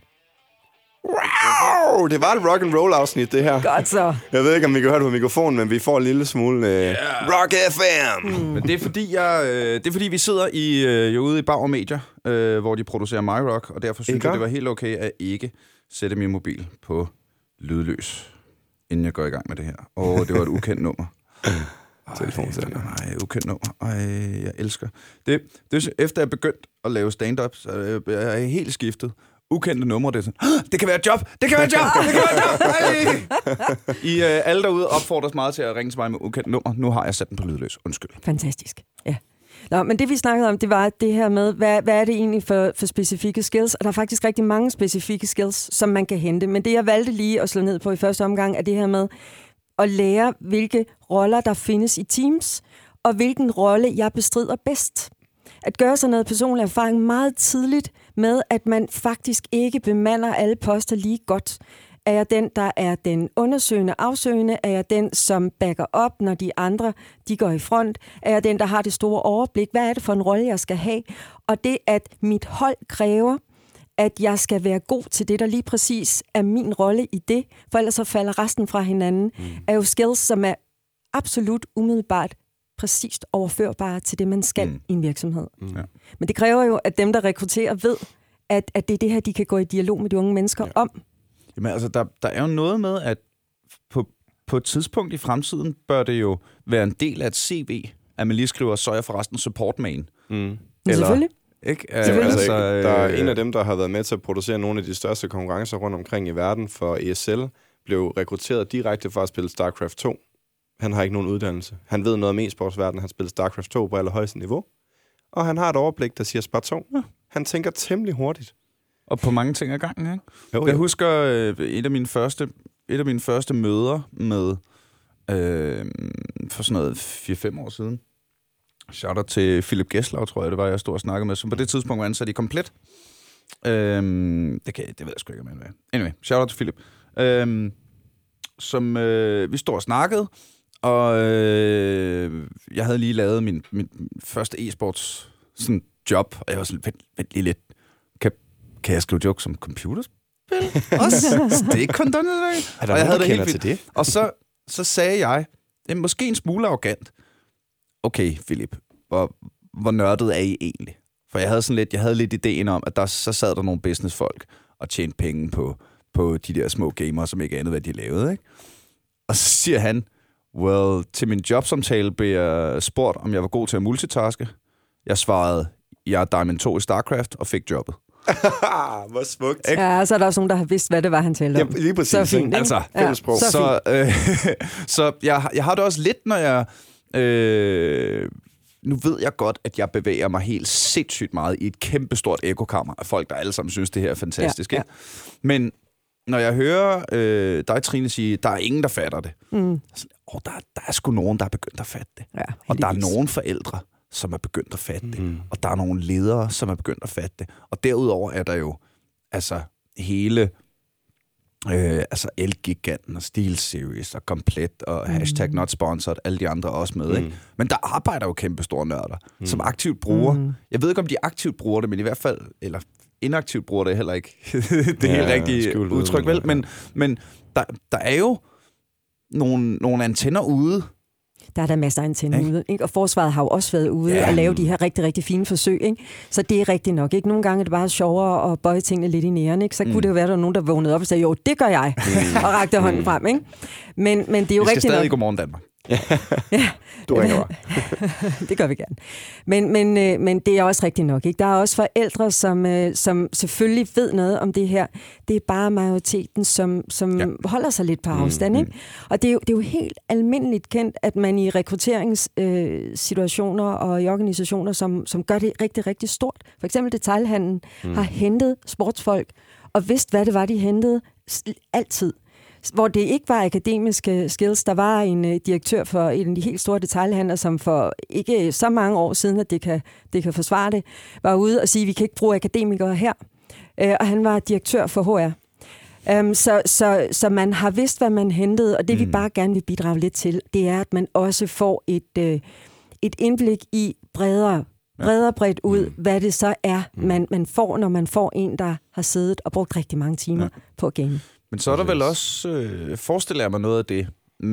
Wow, det var et rock and roll afsnit, det her. Godt så. Jeg ved ikke, om vi kan høre det på mikrofonen, men vi får en lille smule øh, yeah. Rock F M. Mm. Men det er fordi jeg, øh, det er fordi vi sidder i øh, ude i Bauer Media, øh, hvor de producerer MyRock, og derfor synes ikke? jeg det var helt okay at ikke sætte min mobil på lydløs, inden jeg går i gang med det her. Og det var et ukendt nummer. Telefonsender. Nej, ukendt nummer. Ej, jeg elsker. Det, det er efter jeg begyndt at lave stand-up, så jeg er helt skiftet. Ukendte numre, det er sådan, det kan være et job, det kan være et job, det kan være et job. I øh, alle derude opfordres meget til at ringe til mig med ukendte nummer. Nu har jeg sat den på lydløs. Undskyld. Fantastisk. Ja. Nå, men det vi snakkede om, det var det her med, hvad, hvad er det egentlig for, for specifikke skills? Og der er faktisk rigtig mange specifikke skills, som man kan hente. Men det jeg valgte lige at slå ned på i første omgang, er det her med at lære, hvilke roller der findes i teams, og hvilken rolle jeg bestrider bedst. At gøre sig noget personlig erfaring meget tidligt med, at man faktisk ikke bemander alle poster lige godt. Er jeg den, der er den undersøgende, afsøgende? Er jeg den, som backer op, når de andre de går i front? Er jeg den, der har det store overblik? Hvad er det for en rolle, jeg skal have? Og det, at mit hold kræver, at jeg skal være god til det, der lige præcis er min rolle i det, for ellers så falder resten fra hinanden, mm. er jo skills, som er absolut umiddelbart præcist overførbare til det, man skal mm. i en virksomhed. Mm. Ja. Men det kræver jo, at dem, der rekrutterer, ved, at, at det er det her, de kan gå i dialog med de unge mennesker ja. om. Jamen altså, der, der er jo noget med, at på, på et tidspunkt i fremtiden bør det jo være en del af et C V, at man lige skriver, så er jeg forresten support main. Mm. Eller, selvfølgelig. Ikke? Uh, altså, der er en af dem, der har været med til at producere nogle af de største konkurrencer rundt omkring i verden for E S L, blev rekrutteret direkte for at spille StarCraft to. Han har ikke nogen uddannelse. Han ved noget om e-sportsverdenen. Han spiller StarCraft to på allerhøjeste niveau. Og han har et overblik, der siger Spar to. Ja. Han tænker temmelig hurtigt. Og på mange ting ad gangen, ikke? Jo, jo. Jeg husker øh, et, af mine første, et af mine første møder med øh, for sådan noget fire fem år siden. Shoutout til Philip Gessler, tror jeg, det var, jeg stod og snakkede med, som på det tidspunkt var ansat i Komplet. Øh, det, kan, det ved jeg sgu ikke, om jeg ved. Anyway, shoutout til Philip. Øh, som øh, vi stod og snakkede, og øh, jeg havde lige lavet min, min første e-sports sådan job, og jeg var sådan, vent, vent lige lidt, kan, kan jeg skrive jokes som computerspil? Også? Det er ikke kun done i dag. Er der nogen, der kender til det? Og så, så sagde jeg, det er måske en smule arrogant. Okay, Philip, hvor, hvor nørdet er I egentlig? For jeg havde sådan lidt, jeg havde lidt ideen om, at der, så sad der nogle businessfolk og tjente penge på, på de der små gamere, som ikke anede, hvad de lavede, ikke? Og så siger han, well, til min jobsamtale blev jeg spurgt, om jeg var god til at multitaske. Jeg svarede, jeg er Diamond to i StarCraft, og fik jobbet. Hvor smukt. Ja, så er der også nogen, der har vidst, hvad det var, han talte om. Ja, lige præcis. Så fint, altså, ja, sprog. så, så, øh, så jeg, jeg har det også lidt, når jeg... Øh, nu ved jeg godt, at jeg bevæger mig helt sindssygt meget i et kæmpestort ekokammer af folk, der alle sammen synes, det her er fantastisk. Ja, ja. Men når jeg hører øh, dig, Trine, sige, der er ingen, der fatter det. Mm. Så, åh, der, der er sgu nogen, der er begyndt at fatte det. Ja, og der er nogle forældre, som er begyndt at fatte det. Mm. Og der er nogle ledere, som er begyndt at fatte det. Og derudover er der jo altså hele Øh, altså Elgiganten og SteelSeries og Komplet og mm. hashtag not sponsored, alle de andre er også med. Mm. Ikke? Men der arbejder jo kæmpe store nørder, mm. som aktivt bruger. Mm. Jeg ved ikke, om de aktivt bruger det, men i hvert fald, eller inaktivt bruger det heller ikke. det er ja, helt rigtigt udtryk, vel? Men, men der, der er jo nogle, nogle antenner ude. Der er der masser af antenner ikke? ude, ikke? Og forsvaret har jo også været ude ja. og lave de her rigtig, rigtig fine forsøg. Ikke? Så det er rigtigt nok. Ikke? Nogle gange er det bare sjovere at bøje tingene lidt i næren. Ikke? Så mm. kunne det jo være, at der var nogen, der vågnede op og sagde, jo, det gør jeg, mm. og rakte hånden mm. frem. Ikke? Men, men det er jo rigtigt nok. Vi skal stadig godmorgen Danmark. ja. Du ringer mig. Det gør vi gerne. Men, men, øh, men det er også rigtigt nok. Ikke? Der er også forældre, som, øh, som selvfølgelig ved noget om det her. Det er bare majoriteten, som, som ja. holder sig lidt på afstand. Ikke? Og det er, jo, det er jo helt almindeligt kendt, at man i rekrutteringssituationer øh, og i organisationer, som, som gør det rigtig, rigtig stort. For eksempel detailhandlen mm. har hentet sportsfolk og vidst, hvad det var, de hentede altid. Hvor det ikke var akademiske skills. Der var en uh, direktør for en af de helt store detailhandler, som for ikke så mange år siden, at det kan, det kan forsvare det, var ude og sige, at vi kan ikke bruge akademikere her. Uh, og han var direktør for H R. Um, så, så, så man har vidst, hvad man hentede, og det mm. vi bare gerne vil bidrage lidt til, det er, at man også får et, uh, et indblik i bredere, bredere bredt ud, mm. hvad det så er, man, man får, når man får en, der har siddet og brugt rigtig mange timer ja. på at game. Men så er der vel også, øh, forestiller jeg mig noget af det,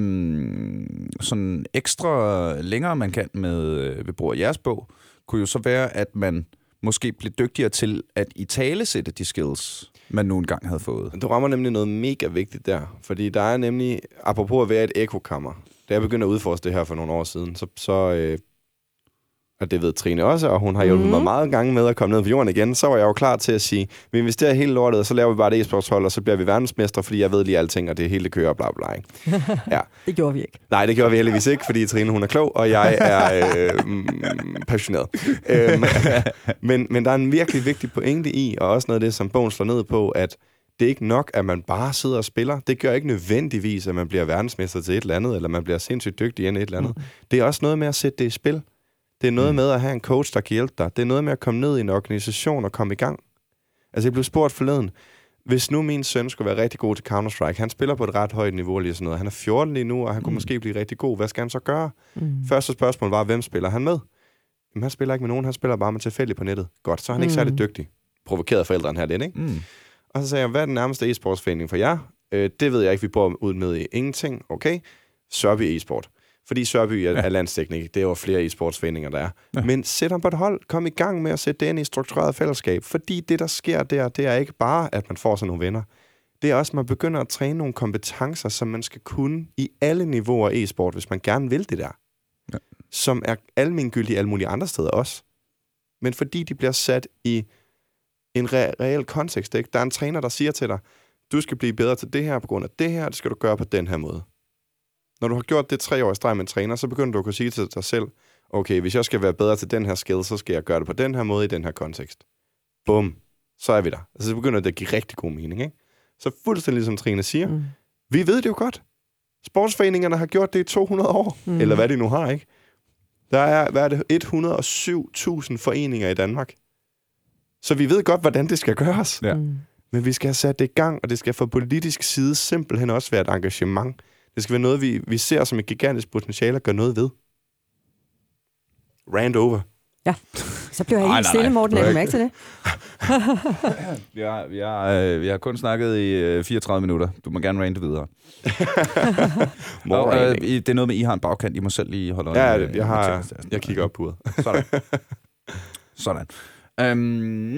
mm, sådan ekstra længere man kan med øh, ved brug af jeres bog, kunne jo så være, at man måske bliver dygtigere til at italesætte de skills, man nu engang havde fået. Du rammer nemlig noget mega vigtigt der, fordi der er nemlig, apropos at være et ekokammer, da jeg begyndte at udforske det her for nogle år siden, så, så øh, og det ved Trine også, og hun har hjulpet mm. mig meget gange med at komme ned på jorden igen, så var jeg jo klar til at sige, vi investerer hele lortet, og så laver vi bare et e-sportshold, og så bliver vi verdensmestre, fordi jeg ved lige alting, og det hele kører, bla bla. Ikke? Ja. Det gjorde vi ikke. Nej, det gjorde vi heldigvis ikke, fordi Trine hun er klog, og jeg er øh, mm, passioneret. øhm, men, men der er en virkelig vigtig pointe i, og også noget af det, som bogen slår ned på, at det er ikke nok, at man bare sidder og spiller. Det gør ikke nødvendigvis, at man bliver verdensmester til et eller andet, eller man bliver sindssygt dygtig ind i et eller andet. Mm. Det er også noget med at sætte det i spil. Det er noget med at have en coach, der kan hjælpe dig. Det er noget med at komme ned i en organisation og komme i gang. Altså, jeg blev spurgt forleden, hvis nu min søn skulle være rigtig god til Counter-Strike, han spiller på et ret højt niveau lige sådan noget. Han er fjorten lige nu, og han kunne mm. måske blive rigtig god. Hvad skal han så gøre? Mm. Første spørgsmål var, hvem spiller han med? Jamen, han spiller ikke med nogen, han spiller bare med tilfældigt på nettet. Godt, så er han mm. ikke særlig dygtig. Provokerede forældrene her lidt, ikke? Mm. Og så sagde jeg, hvad er den nærmeste e-sportsforening for jer? Øh, det ved jeg ikke, vi bor ud med i ingenting. Okay, Sørby e-sport. Fordi Sørby er, ja. er landsdækkende. Det er jo flere e-sportsforeninger, der er. Ja. Men sæt ham på et hold. Kom i gang med at sætte det ind i struktureret fællesskab. Fordi det, der sker der, det er ikke bare, at man får sig nogle venner. Det er også, at man begynder at træne nogle kompetencer, som man skal kunne i alle niveauer af e-sport, hvis man gerne vil det der. Ja. Som er almengyldige alle mulige andre steder også. Men fordi de bliver sat i en re- reel kontekst. Ikke? Der er en træner, der siger til dig, du skal blive bedre til det her på grund af det her, det skal du gøre på den her måde. Når du har gjort det tre år i streg med en træner, så begynder du at kunne sige til dig selv, okay, hvis jeg skal være bedre til den her skill, så skal jeg gøre det på den her måde i den her kontekst. Bum. Så er vi der. Altså, så begynder det at give rigtig god mening, ikke? Så fuldstændig som Trine siger, mm. vi ved det jo godt. Sportsforeningerne har gjort det i to hundrede år, mm. eller hvad de nu har, ikke? Der er, hvad er det, et hundrede og syv tusind foreninger i Danmark. Så vi ved godt, hvordan det skal gøres. Ja. Mm. Men vi skal have sat det i gang, og det skal fra politisk side simpelthen også være et engagement. Det skal være noget, vi, vi ser som et gigantisk potentiale at gøre noget ved. Rand over. Ja, så bliver jeg helt stille, Morten. Er du mærke til det? vi, har, vi, har, øh, vi har kun snakket i øh, fireogtredive minutter. Du må gerne rante videre. Og, øh, det er noget med, I har en bagkant. I må selv lige holde øje. Ja, jeg, jeg, har, jeg kigger op på uret. Sådan. Sådan. Um,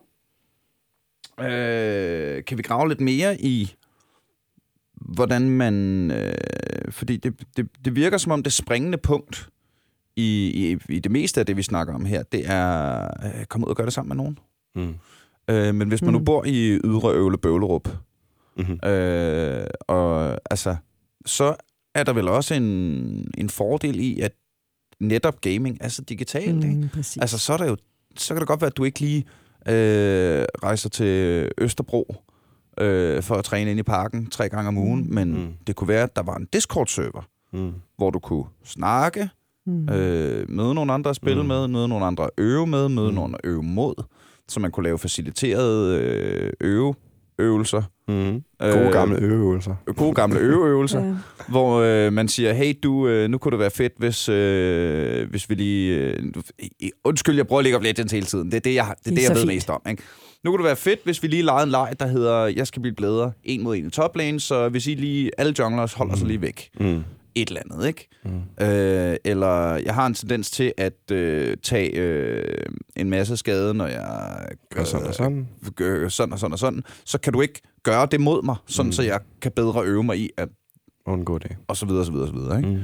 øh, kan vi grave lidt mere i hvordan man... Øh, fordi det, det, det virker som om det springende punkt i, i, i det meste af det, vi snakker om her, det er øh, komme ud og gøre det sammen med nogen. Mm. Øh, men hvis man mm. nu bor i Ydre Øvle Bøvlerup, mm-hmm. øh, og altså, så er der vel også en, en fordel i, at netop gaming er så digitalt. Mm, ikke? Altså, så, er der jo, så kan det godt være, at du ikke lige øh, rejser til Østerbro, Øh, for at træne ind i parken tre gange om ugen, mm. men mm. det kunne være, at der var en Discord-server, mm. hvor du kunne snakke, mm. øh, møde nogle andre at spille mm. med, møde nogle andre at øve med, møde mm. nogle at øve mod, så man kunne lave faciliteret øh, øve øvelser. Mm. Gode gamle øveøvelser. Øh, gode gamle øveøvelser, ja. hvor øh, man siger, hey du, øh, nu kunne det være fedt, hvis, øh, hvis vi lige... Øh, undskyld, jeg prøver at lægge op Legends hele tiden. Det er det, jeg, det, er det, jeg ved fint. mest om. Ikke? Nu kunne det være fedt, hvis vi lige legede en leg, der hedder, jeg skal blive blæder en mod en i toplane, så hvis I lige, alle junglers holder mm. sig lige væk. Mm. Et eller andet, ikke? Mm. Øh, eller jeg har en tendens til at øh, tage øh, en masse skade, når jeg gør sådan og sådan. Gør sådan og sådan og sådan. Så kan du ikke gøre det mod mig, sådan mm. så jeg kan bedre øve mig i at undgå det. Og så videre, og så videre, og så videre, ikke? Mm.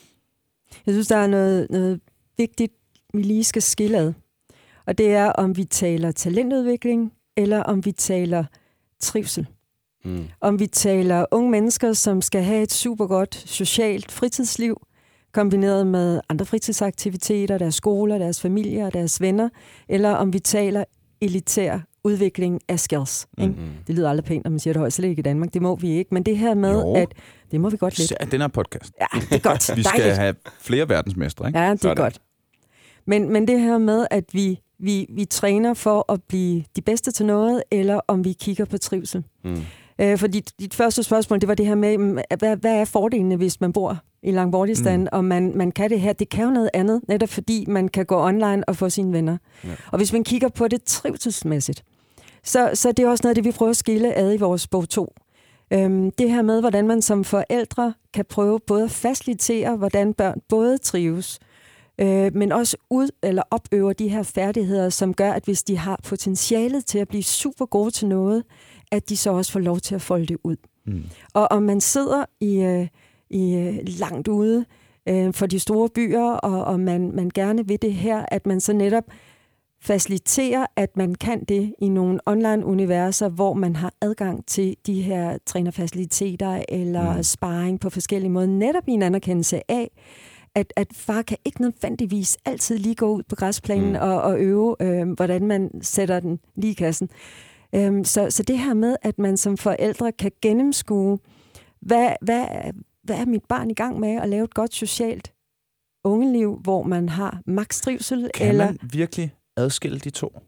Jeg synes, der er noget, noget vigtigt, vi lige skal skille ad. Og det er, om vi taler talentudvikling, eller om vi taler trivsel. Mm. Om vi taler unge mennesker, som skal have et super godt socialt fritidsliv, kombineret med andre fritidsaktiviteter, deres skoler, deres familier, deres venner, eller om vi taler elitær udvikling af skills. Mm-hmm. Ikke? Det lyder aldrig pænt, når man siger det højt, slet ikke i Danmark. Det må vi ikke. Men det her med, jo. at det må vi godt lidt. Den her podcast. Ja, det er godt. Vi skal have flere verdensmestre, ikke? Ja, det er Sådan. godt. Men, men det her med, at vi, vi, vi træner for at blive de bedste til noget, eller om vi kigger på trivsel. Mm. Øh, for dit, dit første spørgsmål, det var det her med, hvad, hvad er fordelene, hvis man bor i Langbortistan, mm. og man, man kan det her. Det kan jo noget andet, netop fordi man kan gå online og få sine venner. Ja. Og hvis man kigger på det trivselsmæssigt, så, så det er også noget af det, vi prøver at skille ad i vores bog to. Øhm, det her med, hvordan man som forældre kan prøve både at facilitere, hvordan børn både trives, øh, men også ud eller opøver de her færdigheder, som gør, at hvis de har potentialet til at blive super gode til noget, at de så også får lov til at folde det ud. Mm. Og om man sidder i, øh, i øh, langt ude øh, for de store byer, og, og man, man gerne vil det her, at man så netop faciliterer, at man kan det i nogle online-universer, hvor man har adgang til de her trænerfaciliteter eller mm. sparring på forskellige måder, netop i en anerkendelse af, at, at far kan ikke nødvendigvis altid lige gå ud på græsplænen mm. og, og øve, øh, hvordan man sætter den lige i kassen. Um, så, så det her med, at man som forældre kan gennemskue, hvad, hvad, hvad er mit barn i gang med at lave et godt socialt ungeliv, hvor man har maks trivsel? Kan eller man virkelig adskille de to?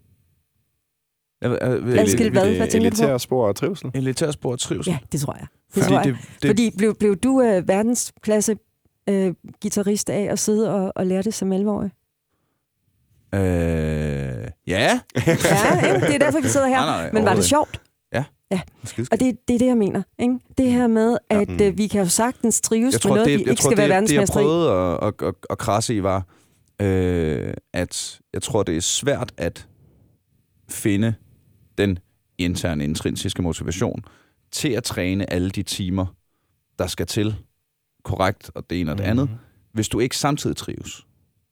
Adskille hvad? Hvad tænker du på? Elitær spor og trivsel? Elitær spor og trivsel? Ja, det tror jeg. Det Fordi, tror jeg. det, det... Fordi blev, blev du uh, verdensklasse uh, guitarist af at sidde og, og lære det som elleve-årig? Øh, ja. Ja, det er derfor, vi sidder her. Nej, nej, men var det sjovt? Ja. Ja. Og det, det er det, jeg mener. Ikke? Det her med, at ja. mm. vi kan jo sagtens trives med noget, det, vi ikke tror, skal det, være verdensmester i. Det, jeg prøvede at, at, at, at krasse i, var, øh, at jeg tror, det er svært at finde den interne, intrinsiske motivation til at træne alle de timer, der skal til, korrekt, og det ene og det andet, mm-hmm. hvis du ikke samtidig trives.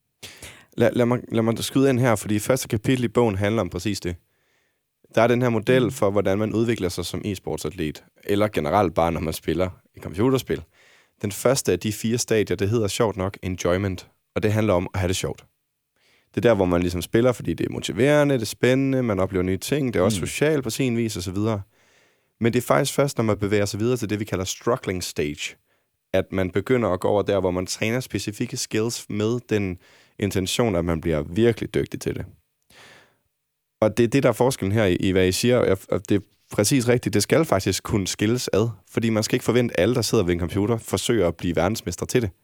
Lad, lad, mig, lad mig skyde ind her, fordi første kapitel i bogen handler om præcis det. Der er den her model for, hvordan man udvikler sig som e-sportsatlet, eller generelt bare, når man spiller i computerspil. Den første af de fire stadier, det hedder sjovt nok enjoyment, og det handler om at have det sjovt. Det er der, hvor man ligesom spiller, fordi det er motiverende, det er spændende, man oplever nye ting, det er også mm. socialt på sin vis osv. Men det er faktisk først, når man bevæger sig videre til det, vi kalder struggling stage, at man begynder at gå over der, hvor man træner specifikke skills med den intention, at man bliver virkelig dygtig til det. Og det er det, der er forskellen her i, i hvad I siger, og det er præcis rigtigt. Det skal faktisk kunne skilles ad, fordi man skal ikke forvente, at alle, der sidder ved en computer, forsøger at blive verdensmester til det.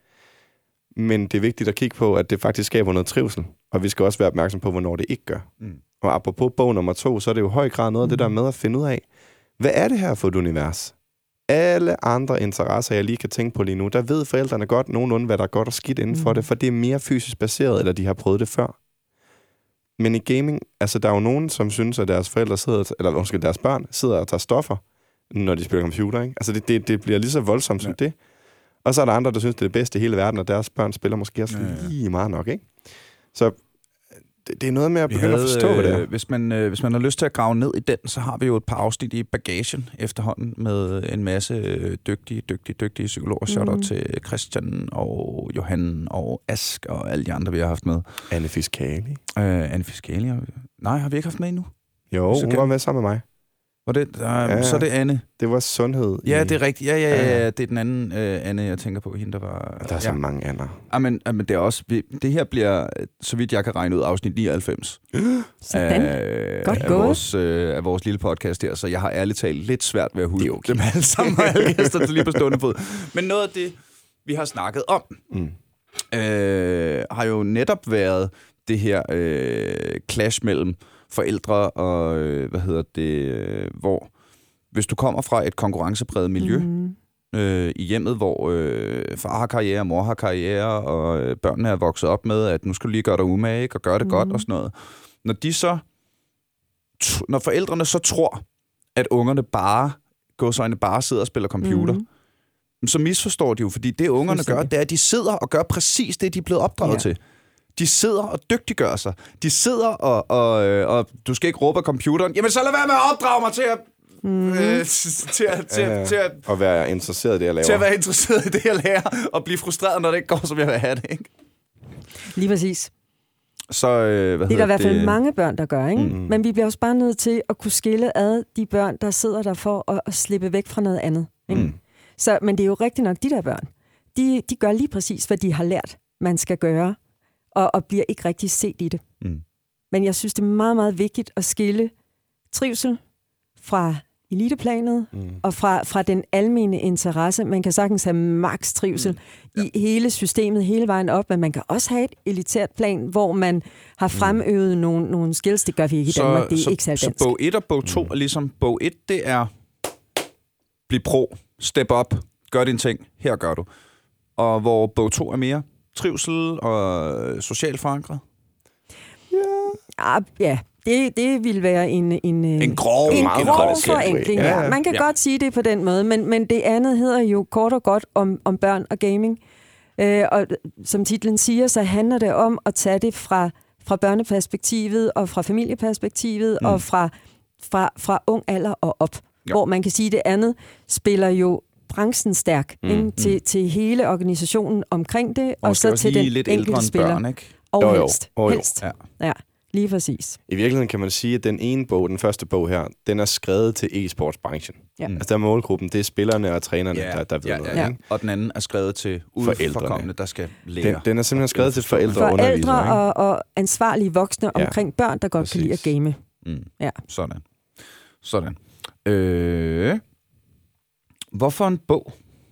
Men det er vigtigt at kigge på, at det faktisk skaber noget trivsel, og vi skal også være opmærksom på, hvornår det ikke gør. Mm. Og apropos bog nummer to, så er det jo i høj grad noget af det der med at finde ud af, hvad er det her for et univers? Alle andre interesser, jeg lige kan tænke på lige nu, der ved forældrene godt nogenlunde, hvad der er godt og skidt inden for mm. det, for det er mere fysisk baseret, eller de har prøvet det før. Men i gaming, altså der er jo nogen, som synes, at deres forældre sidder, eller måske deres børn, sidder og tager stoffer, når de spiller computer, ikke? Altså det, det, det bliver lige så voldsomt som ja. det. Og så er der andre, der synes, det er det bedste i hele verden, og deres børn spiller måske også ja, ja. lige meget nok, ikke? Så det, det er noget med at begynde havde, at forstå, hvad det er. Hvis man, øh, hvis man har lyst til at grave ned i den, så har vi jo et par afsnit i bagagen efterhånden med en masse dygtige, dygtige, dygtige psykologer. Shout-out mm. til Christian og Johan og Ask og alle de andre, vi har haft med. Anne Fiskali. Øh, Anne Fiskali. Nej, har vi ikke haft med endnu? Jo, hun var med sammen med mig. Og det, uh, ja, så er det Anne. Det var sundhed. Ja, i... det er rigtigt. Ja, ja, ja, ja. Det er den anden uh, Anne, jeg tænker på. Hende, der var... Der er så ja. mange Anner. Ja, men, ja, men det er også... Det her bliver, så vidt jeg kan regne ud, afsnit nioghalvfems. Sådan. Af, Godt af gået. Vores, øh, af vores lille podcast her, så jeg har ærligt talt lidt svært ved at huske okay. dem alle sammen, og alle gæster til lige på stående fod. Men noget af det, vi har snakket om, mm. øh, har jo netop været det her øh, clash mellem forældre og, øh, hvad hedder det, øh, hvor hvis du kommer fra et konkurrencepræget miljø, mm. øh, i hjemmet, hvor øh, far har karriere, mor har karriere, og øh, børnene er vokset op med, at nu skal du lige gøre dig umage, og gøre det mm. godt og sådan noget. Når de så, t- når forældrene så tror, at ungerne bare, gåsøjne bare sidder og spiller computer, mm. så misforstår de jo, fordi det ungerne gør, det er, at de sidder og gør præcis det, de er blevet opdraget ja. til. De sidder og dygtiggør sig. De sidder og, og, øh, og du skal ikke råbe af computeren, jamen så lad være med at opdrage mig til at Mm. Øh, til, at, til, ja, til at og være interesseret i det, jeg laver. Til at være interesseret i det, jeg lærer, og blive frustreret, når det ikke går, som jeg vil have det, ikke? Lige præcis. Så, øh, hvad det er der i hvert fald det? mange børn, der gør, ikke? Mm. Men vi bliver også bare nødt til at kunne skille ad de børn, der sidder der for at, at slippe væk fra noget andet. Ikke? Mm. Så, men det er jo rigtigt nok, de der børn, de, de gør lige præcis, hvad de har lært, man skal gøre, og, og bliver ikke rigtig set i det. Mm. Men jeg synes, det er meget, meget vigtigt at skille trivsel fra eliteplanet, mm. og fra, fra den almene interesse. Man kan sagtens have maks trivsel mm. ja. i hele systemet, hele vejen op, men man kan også have et elitært plan, hvor man har fremøvet mm. nogle, nogle skills. Det gør vi ikke i Danmark, det er så, ikke særlig dansk. Så bog et og bog to mm. er ligesom, bog et, det er bliv pro, step up, gør din ting, her gør du. Og hvor bog to er mere trivsel og socialt forankret? Ja, ja. Det, det vil være en, en, en grov, en meget grov forenkling. Ja, ja. Man kan ja. godt sige det på den måde, men, men det andet hedder jo kort og godt om, om børn og gaming. Øh, og som titlen siger, så handler det om at tage det fra, fra børneperspektivet og fra familieperspektivet mm. og fra, fra, fra ung alder og op. Jo. Hvor man kan sige, at det andet spiller jo branchen stærk mm. ikke? Til, mm. til hele organisationen omkring det, og, og så til den enkelte spiller. Børn, ikke? Og jo, jo. helst. Oh, jo. helst. Ja. ja. Lige præcis. I virkeligheden kan man sige, at den ene bog, den første bog her, den er skrevet til e-sportsbranchen. Ja. Altså der er målgruppen, det er spillerne og trænerne, ja, der, der ved ja, noget. Ja. Og den anden er skrevet til udefrakommende, der skal lære. Den, den er simpelthen skrevet til forældre, forældre og undervisere. og, og ansvarlige voksne ja. omkring børn, der godt Præcis. kan lide at game. Mm. Ja. Sådan. Sådan. Øh, hvorfor en bog?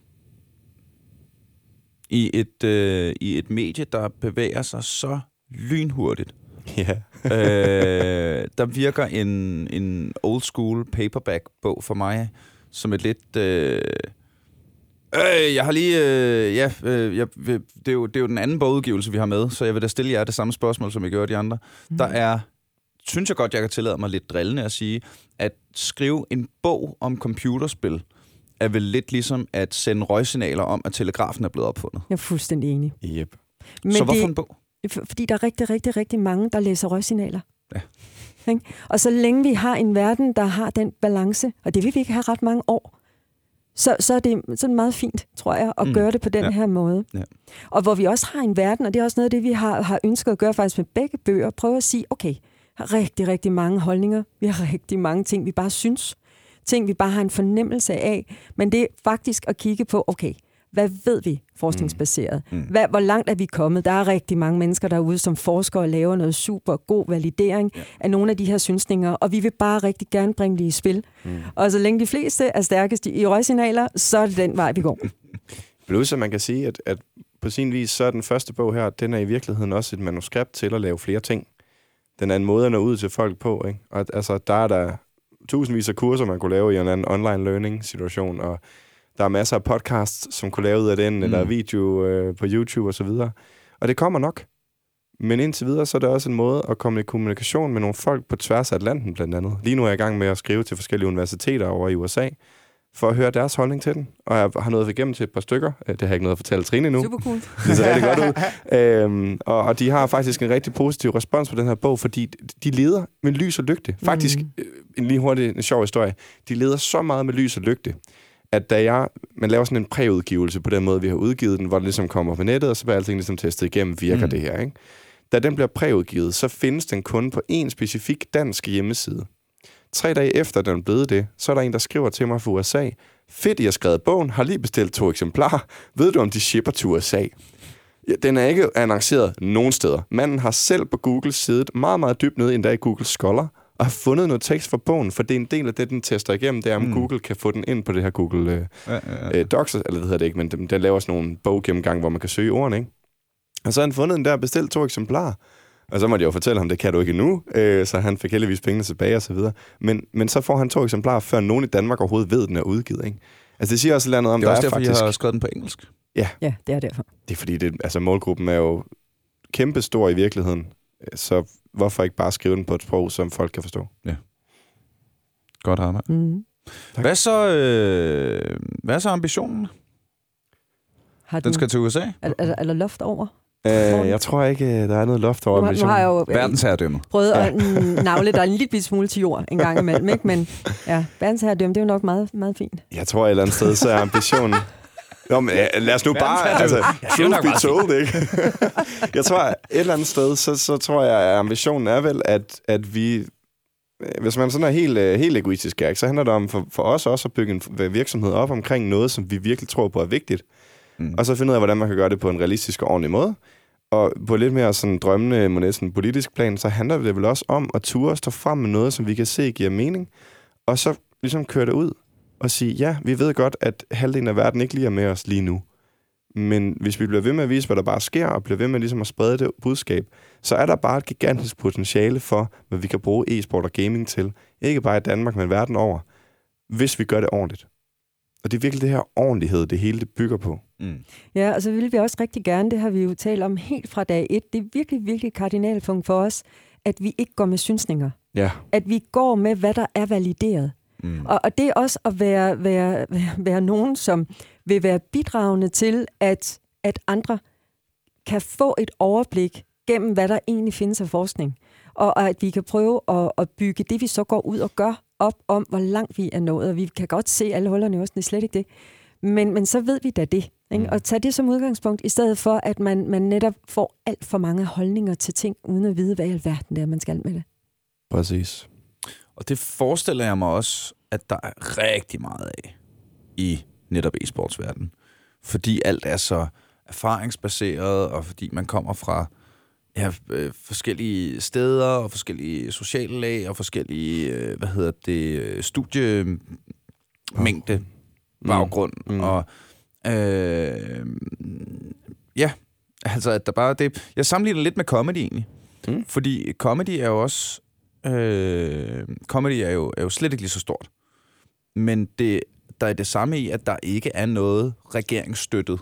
I et, øh, I et medie, der bevæger sig så lynhurtigt. Ja. øh, der virker en, en old school paperback-bog for mig som et lidt... Øh, øh, jeg har lige... Øh, ja, øh, jeg, det, er jo, det er jo den anden bogudgivelse, vi har med, så jeg vil da stille jer det samme spørgsmål, som jeg gjorde de andre. Mm. Der er, synes jeg godt, jeg kan tillade mig lidt drillende at sige, at skrive en bog om computerspil er vel lidt ligesom at sende røgsignaler om, at telegrafen er blevet opfundet. Jeg er fuldstændig enig. Yep. Men så hvorfor det, en bog? Fordi der er rigtig, rigtig, rigtig mange, der læser røgsignaler. Ja. Og så længe vi har en verden, der har den balance, og det vil vi ikke have ret mange år, så, så, er, det, så er det meget fint, tror jeg, at mm. gøre det på den ja. her måde. Ja. Og hvor vi også har en verden, og det er også noget af det, vi har, har ønsket at gøre faktisk med begge bøger, prøve at sige, okay, har rigtig, rigtig mange holdninger, vi har rigtig mange ting, vi bare synes, ting, vi bare har en fornemmelse af, men det er faktisk at kigge på, okay, hvad ved vi forskningsbaseret? Mm. Hvad, hvor langt er vi kommet? Der er rigtig mange mennesker derude, som forsker og laver noget super god validering yeah. af nogle af de her synsninger, og vi vil bare rigtig gerne bringe det i spil. Mm. Og så længe de fleste er stærkest i røgsignaler, så er det den vej, vi går. Plus, at man kan sige, at, at på sin vis, så er den første bog her, den er i virkeligheden også et manuskript til at lave flere ting. Den er en måde at nå ud til folk på, ikke? Og altså, der er der tusindvis af kurser, man kunne lave i en anden online learning situation, og der er masser af podcasts, som kunne lave ud af den, mm. eller video øh, på YouTube og så videre. Og det kommer nok. Men indtil videre, så er det også en måde at komme i kommunikation med nogle folk på tværs af Atlanten, blandt andet. Lige nu er jeg i gang med at skrive til forskellige universiteter over i U S A, for at høre deres holdning til den. Og jeg har nået igennem til et par stykker. Det har jeg ikke noget at fortælle Trine nu. Super cool. Det ser rigtig godt ud. Øhm, og, og de har faktisk en rigtig positiv respons på den her bog, fordi de leder med lys og lygte. Faktisk, mm. en lige hurtig en sjov historie. De leder så meget med lys og lygte, at da jeg, man laver sådan en præudgivelse på den måde, vi har udgivet den, hvor det ligesom kommer på nettet, og så bliver alting ligesom testet igennem, virker mm. det her, ikke? Da den bliver præudgivet, så findes den kun på en specifik dansk hjemmeside. Tre dage efter, den er blevet det, så er der en, der skriver til mig fra U S A. Fedt, I har skrevet bogen, har lige bestilt to eksemplarer. Ved du, om de shipper til U S A? Ja, den er ikke annonceret nogen steder. Manden har selv på Google siddet meget, meget dybt nede, endda i Google Scholar, og har fundet noget tekst fra bogen, for det er en del af det, den tester igennem, det er, om mm. Google kan få den ind på det her Google øh, ja, ja, ja. Øh, Docs, eller det hedder det ikke, men den, den laver sådan nogle boggennemgang, hvor man kan søge ordene, ikke? Og så har han fundet den der, bestilt to eksemplarer. Og så måtte jeg jo fortælle ham, det kan du ikke endnu, øh, så han fik heldigvis pengene tilbage og så videre. Men, men så får han to eksemplarer, før nogen i Danmark overhovedet ved, at den er udgivet, ikke? Altså det siger også et eller andet om, det er der også er derfor, faktisk... jeg har skrevet den på engelsk. Ja. Ja, det er derfor. Det er fordi, det, altså målgruppen er jo kæmpe stor i virkeligheden, så hvorfor ikke bare skrive den på et sprog, som folk kan forstå? Ja. Godt arbejde. Mm. Hvad så, øh, hvad er så ambitionen? Har den, den skal til U S A? Er, er, er der loft over? Øh, jeg tror ikke, der er noget loft over ambitionen. Nu har jeg jo verdensherredømme. Prøvet ja. at navle dig en lille smule til jord en gang imellem, ikke? Men ja, verdensherredømme, det er jo nok meget, meget fint. Jeg tror et eller andet sted, så er ambitionen... Nå, men ja, lad os nu bare... Altså, truth be told, ikke? Jeg tror, et eller andet sted, så, så tror jeg, at ambitionen er vel, at, at vi... Hvis man sådan er helt, helt egoistisk, så handler det om for, for os også at bygge en virksomhed op omkring noget, som vi virkelig tror på er vigtigt. Mm. Og så finde ud af, hvordan man kan gøre det på en realistisk og ordentlig måde. Og på lidt mere sådan drømmende, må næsten politisk plan, så handler det vel også om at ture stå frem med noget, som vi kan se giver mening. Og så ligesom køre det ud og sige, ja, vi ved godt, at halvdelen af verden ikke lige er med os lige nu. Men hvis vi bliver ved med at vise, hvad der bare sker, og bliver ved med ligesom at sprede det budskab, så er der bare et gigantisk potentiale for, hvad vi kan bruge e-sport og gaming til. Ikke bare i Danmark, men verden over, hvis vi gør det ordentligt. Og det er virkelig det her ordentlighed, det hele det bygger på. Mm. Ja, og så vil vi også rigtig gerne, det har vi jo talt om helt fra dag et, det er virkelig, virkelig kardinalpunkt for os, at vi ikke går med synsninger. Ja. At vi går med, hvad der er valideret. Mm. Og, og det er også at være, være, være, være nogen, som vil være bidragende til, at, at andre kan få et overblik gennem, hvad der egentlig findes af forskning. Og, og at vi kan prøve at, at bygge det, vi så går ud og gør, op om, hvor langt vi er nået. Og vi kan godt se alle hullerne i osten, det er slet ikke det. Men, men så ved vi da det. Ikke? Mm. Og tage det som udgangspunkt, i stedet for, at man, man netop får alt for mange holdninger til ting, uden at vide, hvad i alverden det er, man skal med det. Præcis. Og det forestiller jeg mig også, at der er rigtig meget af i netop e-sportsverdenen. Fordi alt er så erfaringsbaseret, og fordi man kommer fra ja, øh, forskellige steder, og forskellige sociale lag, og forskellige, øh, hvad hedder det, studiemængde, baggrund. Mm. Mm. Og øh, ja, altså at der bare det... Jeg sammenligner lidt med comedy egentlig. Mm. Fordi comedy er jo også... Øh, comedy er jo, er jo slet ikke lige så stort. Men det, der er det samme i, at der ikke er noget regeringsstøttet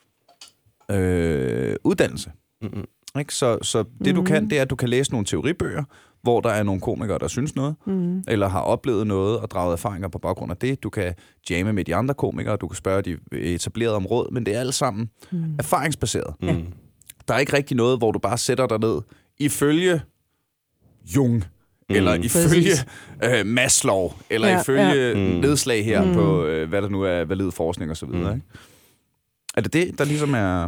øh, uddannelse. Mm-hmm. Ikke? Så, så det, mm-hmm. du kan, det er, at du kan læse nogle teoribøger, hvor der er nogle komikere, der synes noget, mm-hmm. eller har oplevet noget og draget erfaringer på baggrund af det. Du kan jamme med de andre komikere, du kan spørge de etablerede om råd, men det er alt sammen mm. erfaringsbaseret. Mm. Der er ikke rigtig noget, hvor du bare sætter dig ned ifølge Jung, mm. eller ifølge øh, Maslow, eller ja, ifølge ja. nedslag her mm. på, øh, hvad der nu er valid forskning og så videre. Mm. Ikke? Er det det, der ligesom er...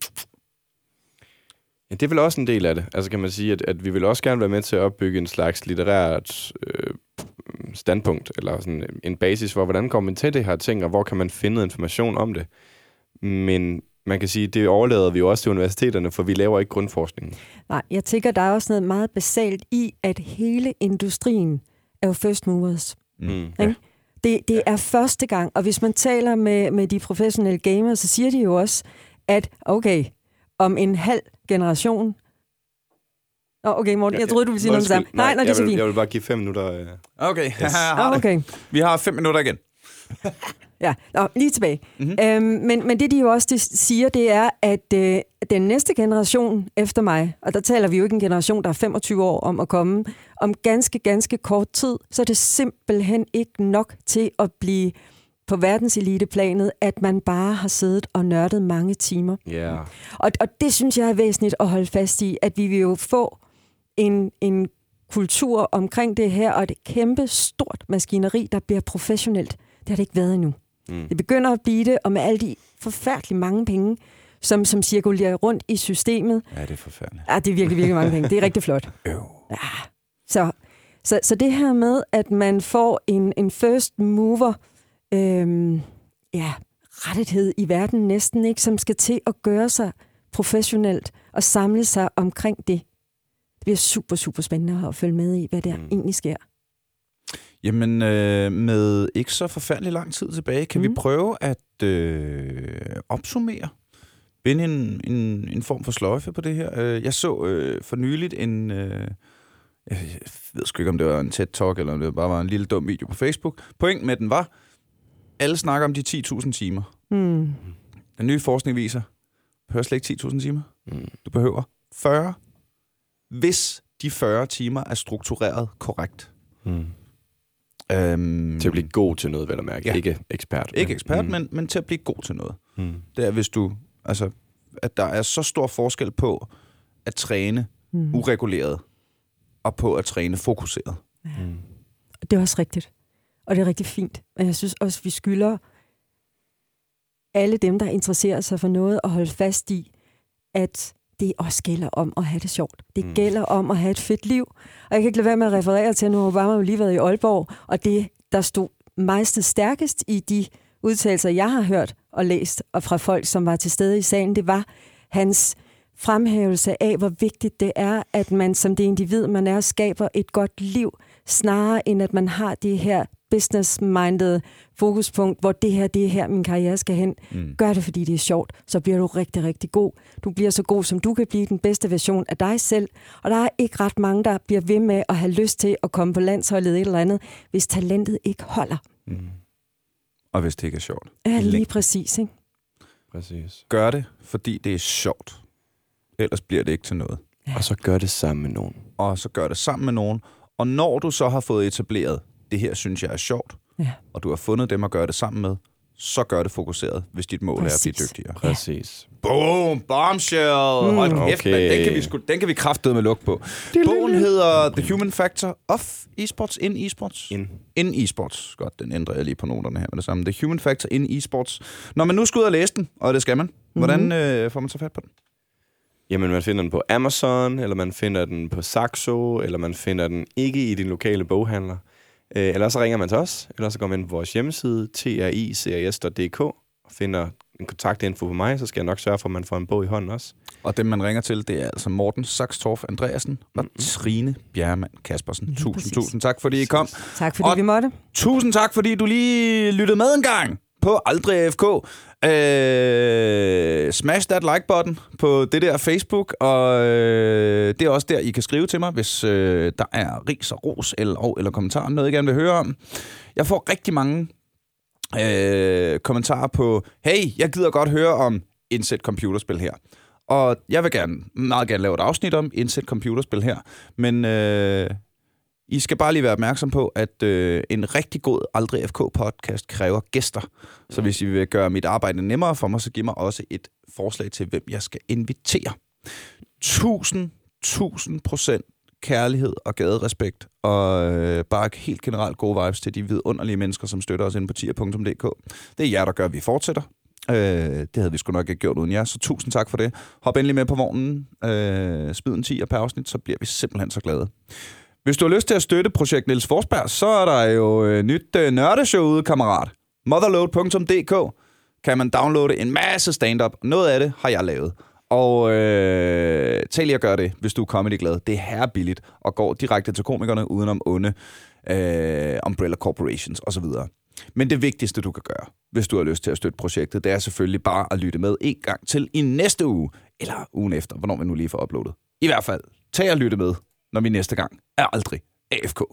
Ja, det er vel også en del af det. Altså kan man sige, at, at vi vil også gerne være med til at opbygge en slags litterært øh, standpunkt, eller sådan en basis for, hvordan kommer man til det her ting, og hvor kan man finde information om det. Men man kan sige, det overlader vi jo også til universiteterne, for vi laver ikke grundforskningen. Nej, jeg tænker, der er også noget meget basalt i, at hele industrien er jo first movers. Mm. Ja. Det, det er første gang, og hvis man taler med, med de professionelle gamers, så siger de jo også, at okay, om en halv generation... Oh, okay, Morten, jeg troede, du ville sige noget sammen. Nej, nej, nej, det er så fint. Jeg vil bare give fem minutter. Okay, yes. oh, okay. Vi har fem minutter igen. Ja, Nå, lige tilbage. Mm-hmm. Øhm, men, men det, de jo også de siger, det er, at øh, den næste generation efter mig, og der taler vi jo ikke en generation, der er femogtyve år om at komme, om ganske, ganske kort tid, så er det simpelthen ikke nok til at blive på verdenseliteplanet, at man bare har siddet og nørdet mange timer. Yeah. Og, og det synes jeg er væsentligt at holde fast i, at vi vil jo få en, en kultur omkring det her, og et kæmpe stort maskineri, der bliver professionelt. Det har det ikke været endnu. Mm. Det begynder at blive det, og med alle de forfærdeligt mange penge, som, som cirkulerer rundt i systemet. Ja, det er forfærdeligt. Ja, det er virkelig, virkelig mange penge. Det er rigtig flot. Jo. Ja. Så, Så, så det her med, at man får en, en first mover øhm, ja, rettighed i verden næsten, ikke, som skal til at gøre sig professionelt og samle sig omkring det. Det bliver super, super spændende at følge med i, hvad der mm. egentlig sker. Jamen, øh, med ikke så forfærdelig lang tid tilbage, kan mm. vi prøve at øh, opsummere, binde en, en, en form for sløjfe på det her. Jeg så øh, for nyligt en, øh, jeg ved sgu ikke, om det var en TED-talk, eller om det bare var en lille dum video på Facebook. Pointen med den var, alle snakker om de ti tusind timer. Mm. Den nye forskning viser, du behøver slet ikke ti tusind timer. Mm. Du behøver fyrre, hvis de fyrre timer er struktureret korrekt. Mm. Um, til at blive god til noget, vel at mærke. Ja. Ikke ekspert. Ikke ekspert, mm. men, men til at blive god til noget. Mm. Det er, hvis du... Altså, at der er så stor forskel på at træne mm. ureguleret, og på at træne fokuseret. Ja. Mm. Det er også rigtigt. Og det er rigtig fint. Men jeg synes også, vi skylder alle dem, der interesserer sig for noget, at holde fast i, at det også gælder om at have det sjovt. Det mm. gælder om at have et fedt liv. Og jeg kan ikke lade være med at referere til, at nu har Obama jo lige været i Aalborg, og det, der stod mest stærkest i de udtalelser, jeg har hørt og læst, og fra folk, som var til stede i salen, det var hans fremhævelse af, hvor vigtigt det er, at man som det individ, man er, skaber et godt liv, snarere end at man har det her business-minded fokuspunkt, hvor det her, det er her, min karriere skal hen. Mm. Gør det, fordi det er sjovt, så bliver du rigtig, rigtig god. Du bliver så god, som du kan blive den bedste version af dig selv. Og der er ikke ret mange, der bliver ved med at have lyst til at komme på landsholdet et eller andet, hvis talentet ikke holder. Mm. Og hvis det ikke er sjovt. Ja, lige præcis, ikke? Præcis. Gør det, fordi det er sjovt. Ellers bliver det ikke til noget. Ja. Og så gør det sammen med nogen. Og så gør det sammen med nogen. Og når du så har fået etableret, det her synes jeg er sjovt, ja. Og du har fundet dem at gøre det sammen med, så gør det fokuseret, hvis dit mål Præcis. er at blive dygtigere. Præcis. Boom! Bombshell! Mm. Hold kæft, okay. den, kan vi sku, den kan vi kraftedeme lukke på. Bogen hedder The Human Factor of Esports in Esports. In. In Esports. Godt, den ændrer jeg lige på noterne her med det samme. The Human Factor in Esports. Når man nu skal ud og læse den, og det skal man, hvordan mm-hmm. øh, får man så fat på den? Jamen, man finder den på Amazon, eller man finder den på Saxo, eller man finder den ikke i din lokale boghandler. Øh, eller så ringer man til os, eller så går man ind på vores hjemmeside, t r i c s punktum d k, og finder en kontaktinfo på mig, så skal jeg nok sørge for, at man får en bog i hånden også. Og dem, man ringer til, det er altså Morten Saxtorff Andreasen og mm-hmm. Trine Bjerremann Kaspersen. Mm, tusind, præcis. tusind tak, fordi I kom. Tak, fordi og vi måtte. Tusind tak, fordi du lige lyttede med en gang på Aldrig A F K. Øh, smash that like-button på det der Facebook, og øh, det er også der, I kan skrive til mig, hvis øh, der er ris og ros eller, og, eller kommentarer, noget I gerne vil høre om. Jeg får rigtig mange øh, kommentarer på, hey, jeg gider godt høre om indsæt computerspil her. Og jeg vil gerne, meget gerne lave et afsnit om indsæt computerspil her, men øh, I skal bare lige være opmærksom på, at øh, en rigtig god Aldrig A F K-podcast kræver gæster. Så hvis I vil gøre mit arbejde nemmere for mig, så giv mig også et forslag til, hvem jeg skal invitere. Tusind, tusind procent kærlighed og gaderespekt, og øh, bare helt generelt gode vibes til de vidunderlige mennesker, som støtter os inde på tier punktum d k. Det er jer, der gør, at vi fortsætter. Øh, det havde vi sgu nok ikke gjort uden jer, så tusind tak for det. Hop endelig med på vognen. Øh, smid en tier per afsnit, så bliver vi simpelthen så glade. Hvis du har lyst til at støtte projekt Niels Forsberg, så er der jo et nyt øh, nørdeshow ude, kammerat. motherload punktum d k kan man downloade en masse stand-up. Noget af det har jeg lavet. Og øh, tag lige at gøre det, hvis du er comedy-glad. Det er herrebilligt og går direkte til komikerne udenom onde øh, umbrella corporations osv. Men det vigtigste, du kan gøre, hvis du har lyst til at støtte projektet, det er selvfølgelig bare at lytte med en gang til i næste uge, eller ugen efter, hvornår vi nu lige får uploadet. I hvert fald, tag og lytte med, når vi næste gang er Aldrig A F K.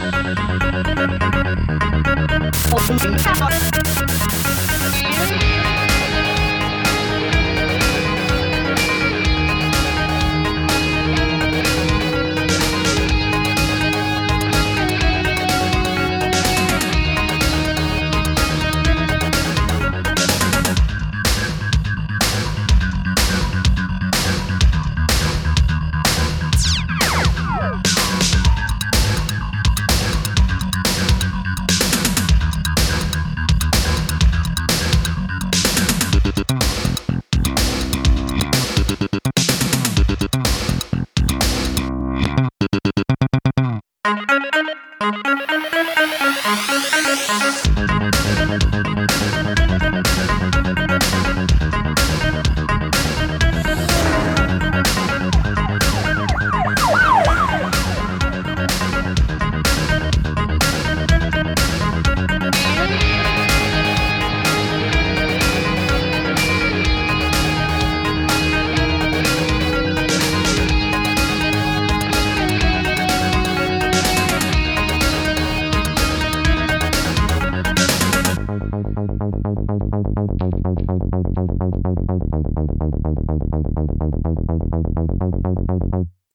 Yeah.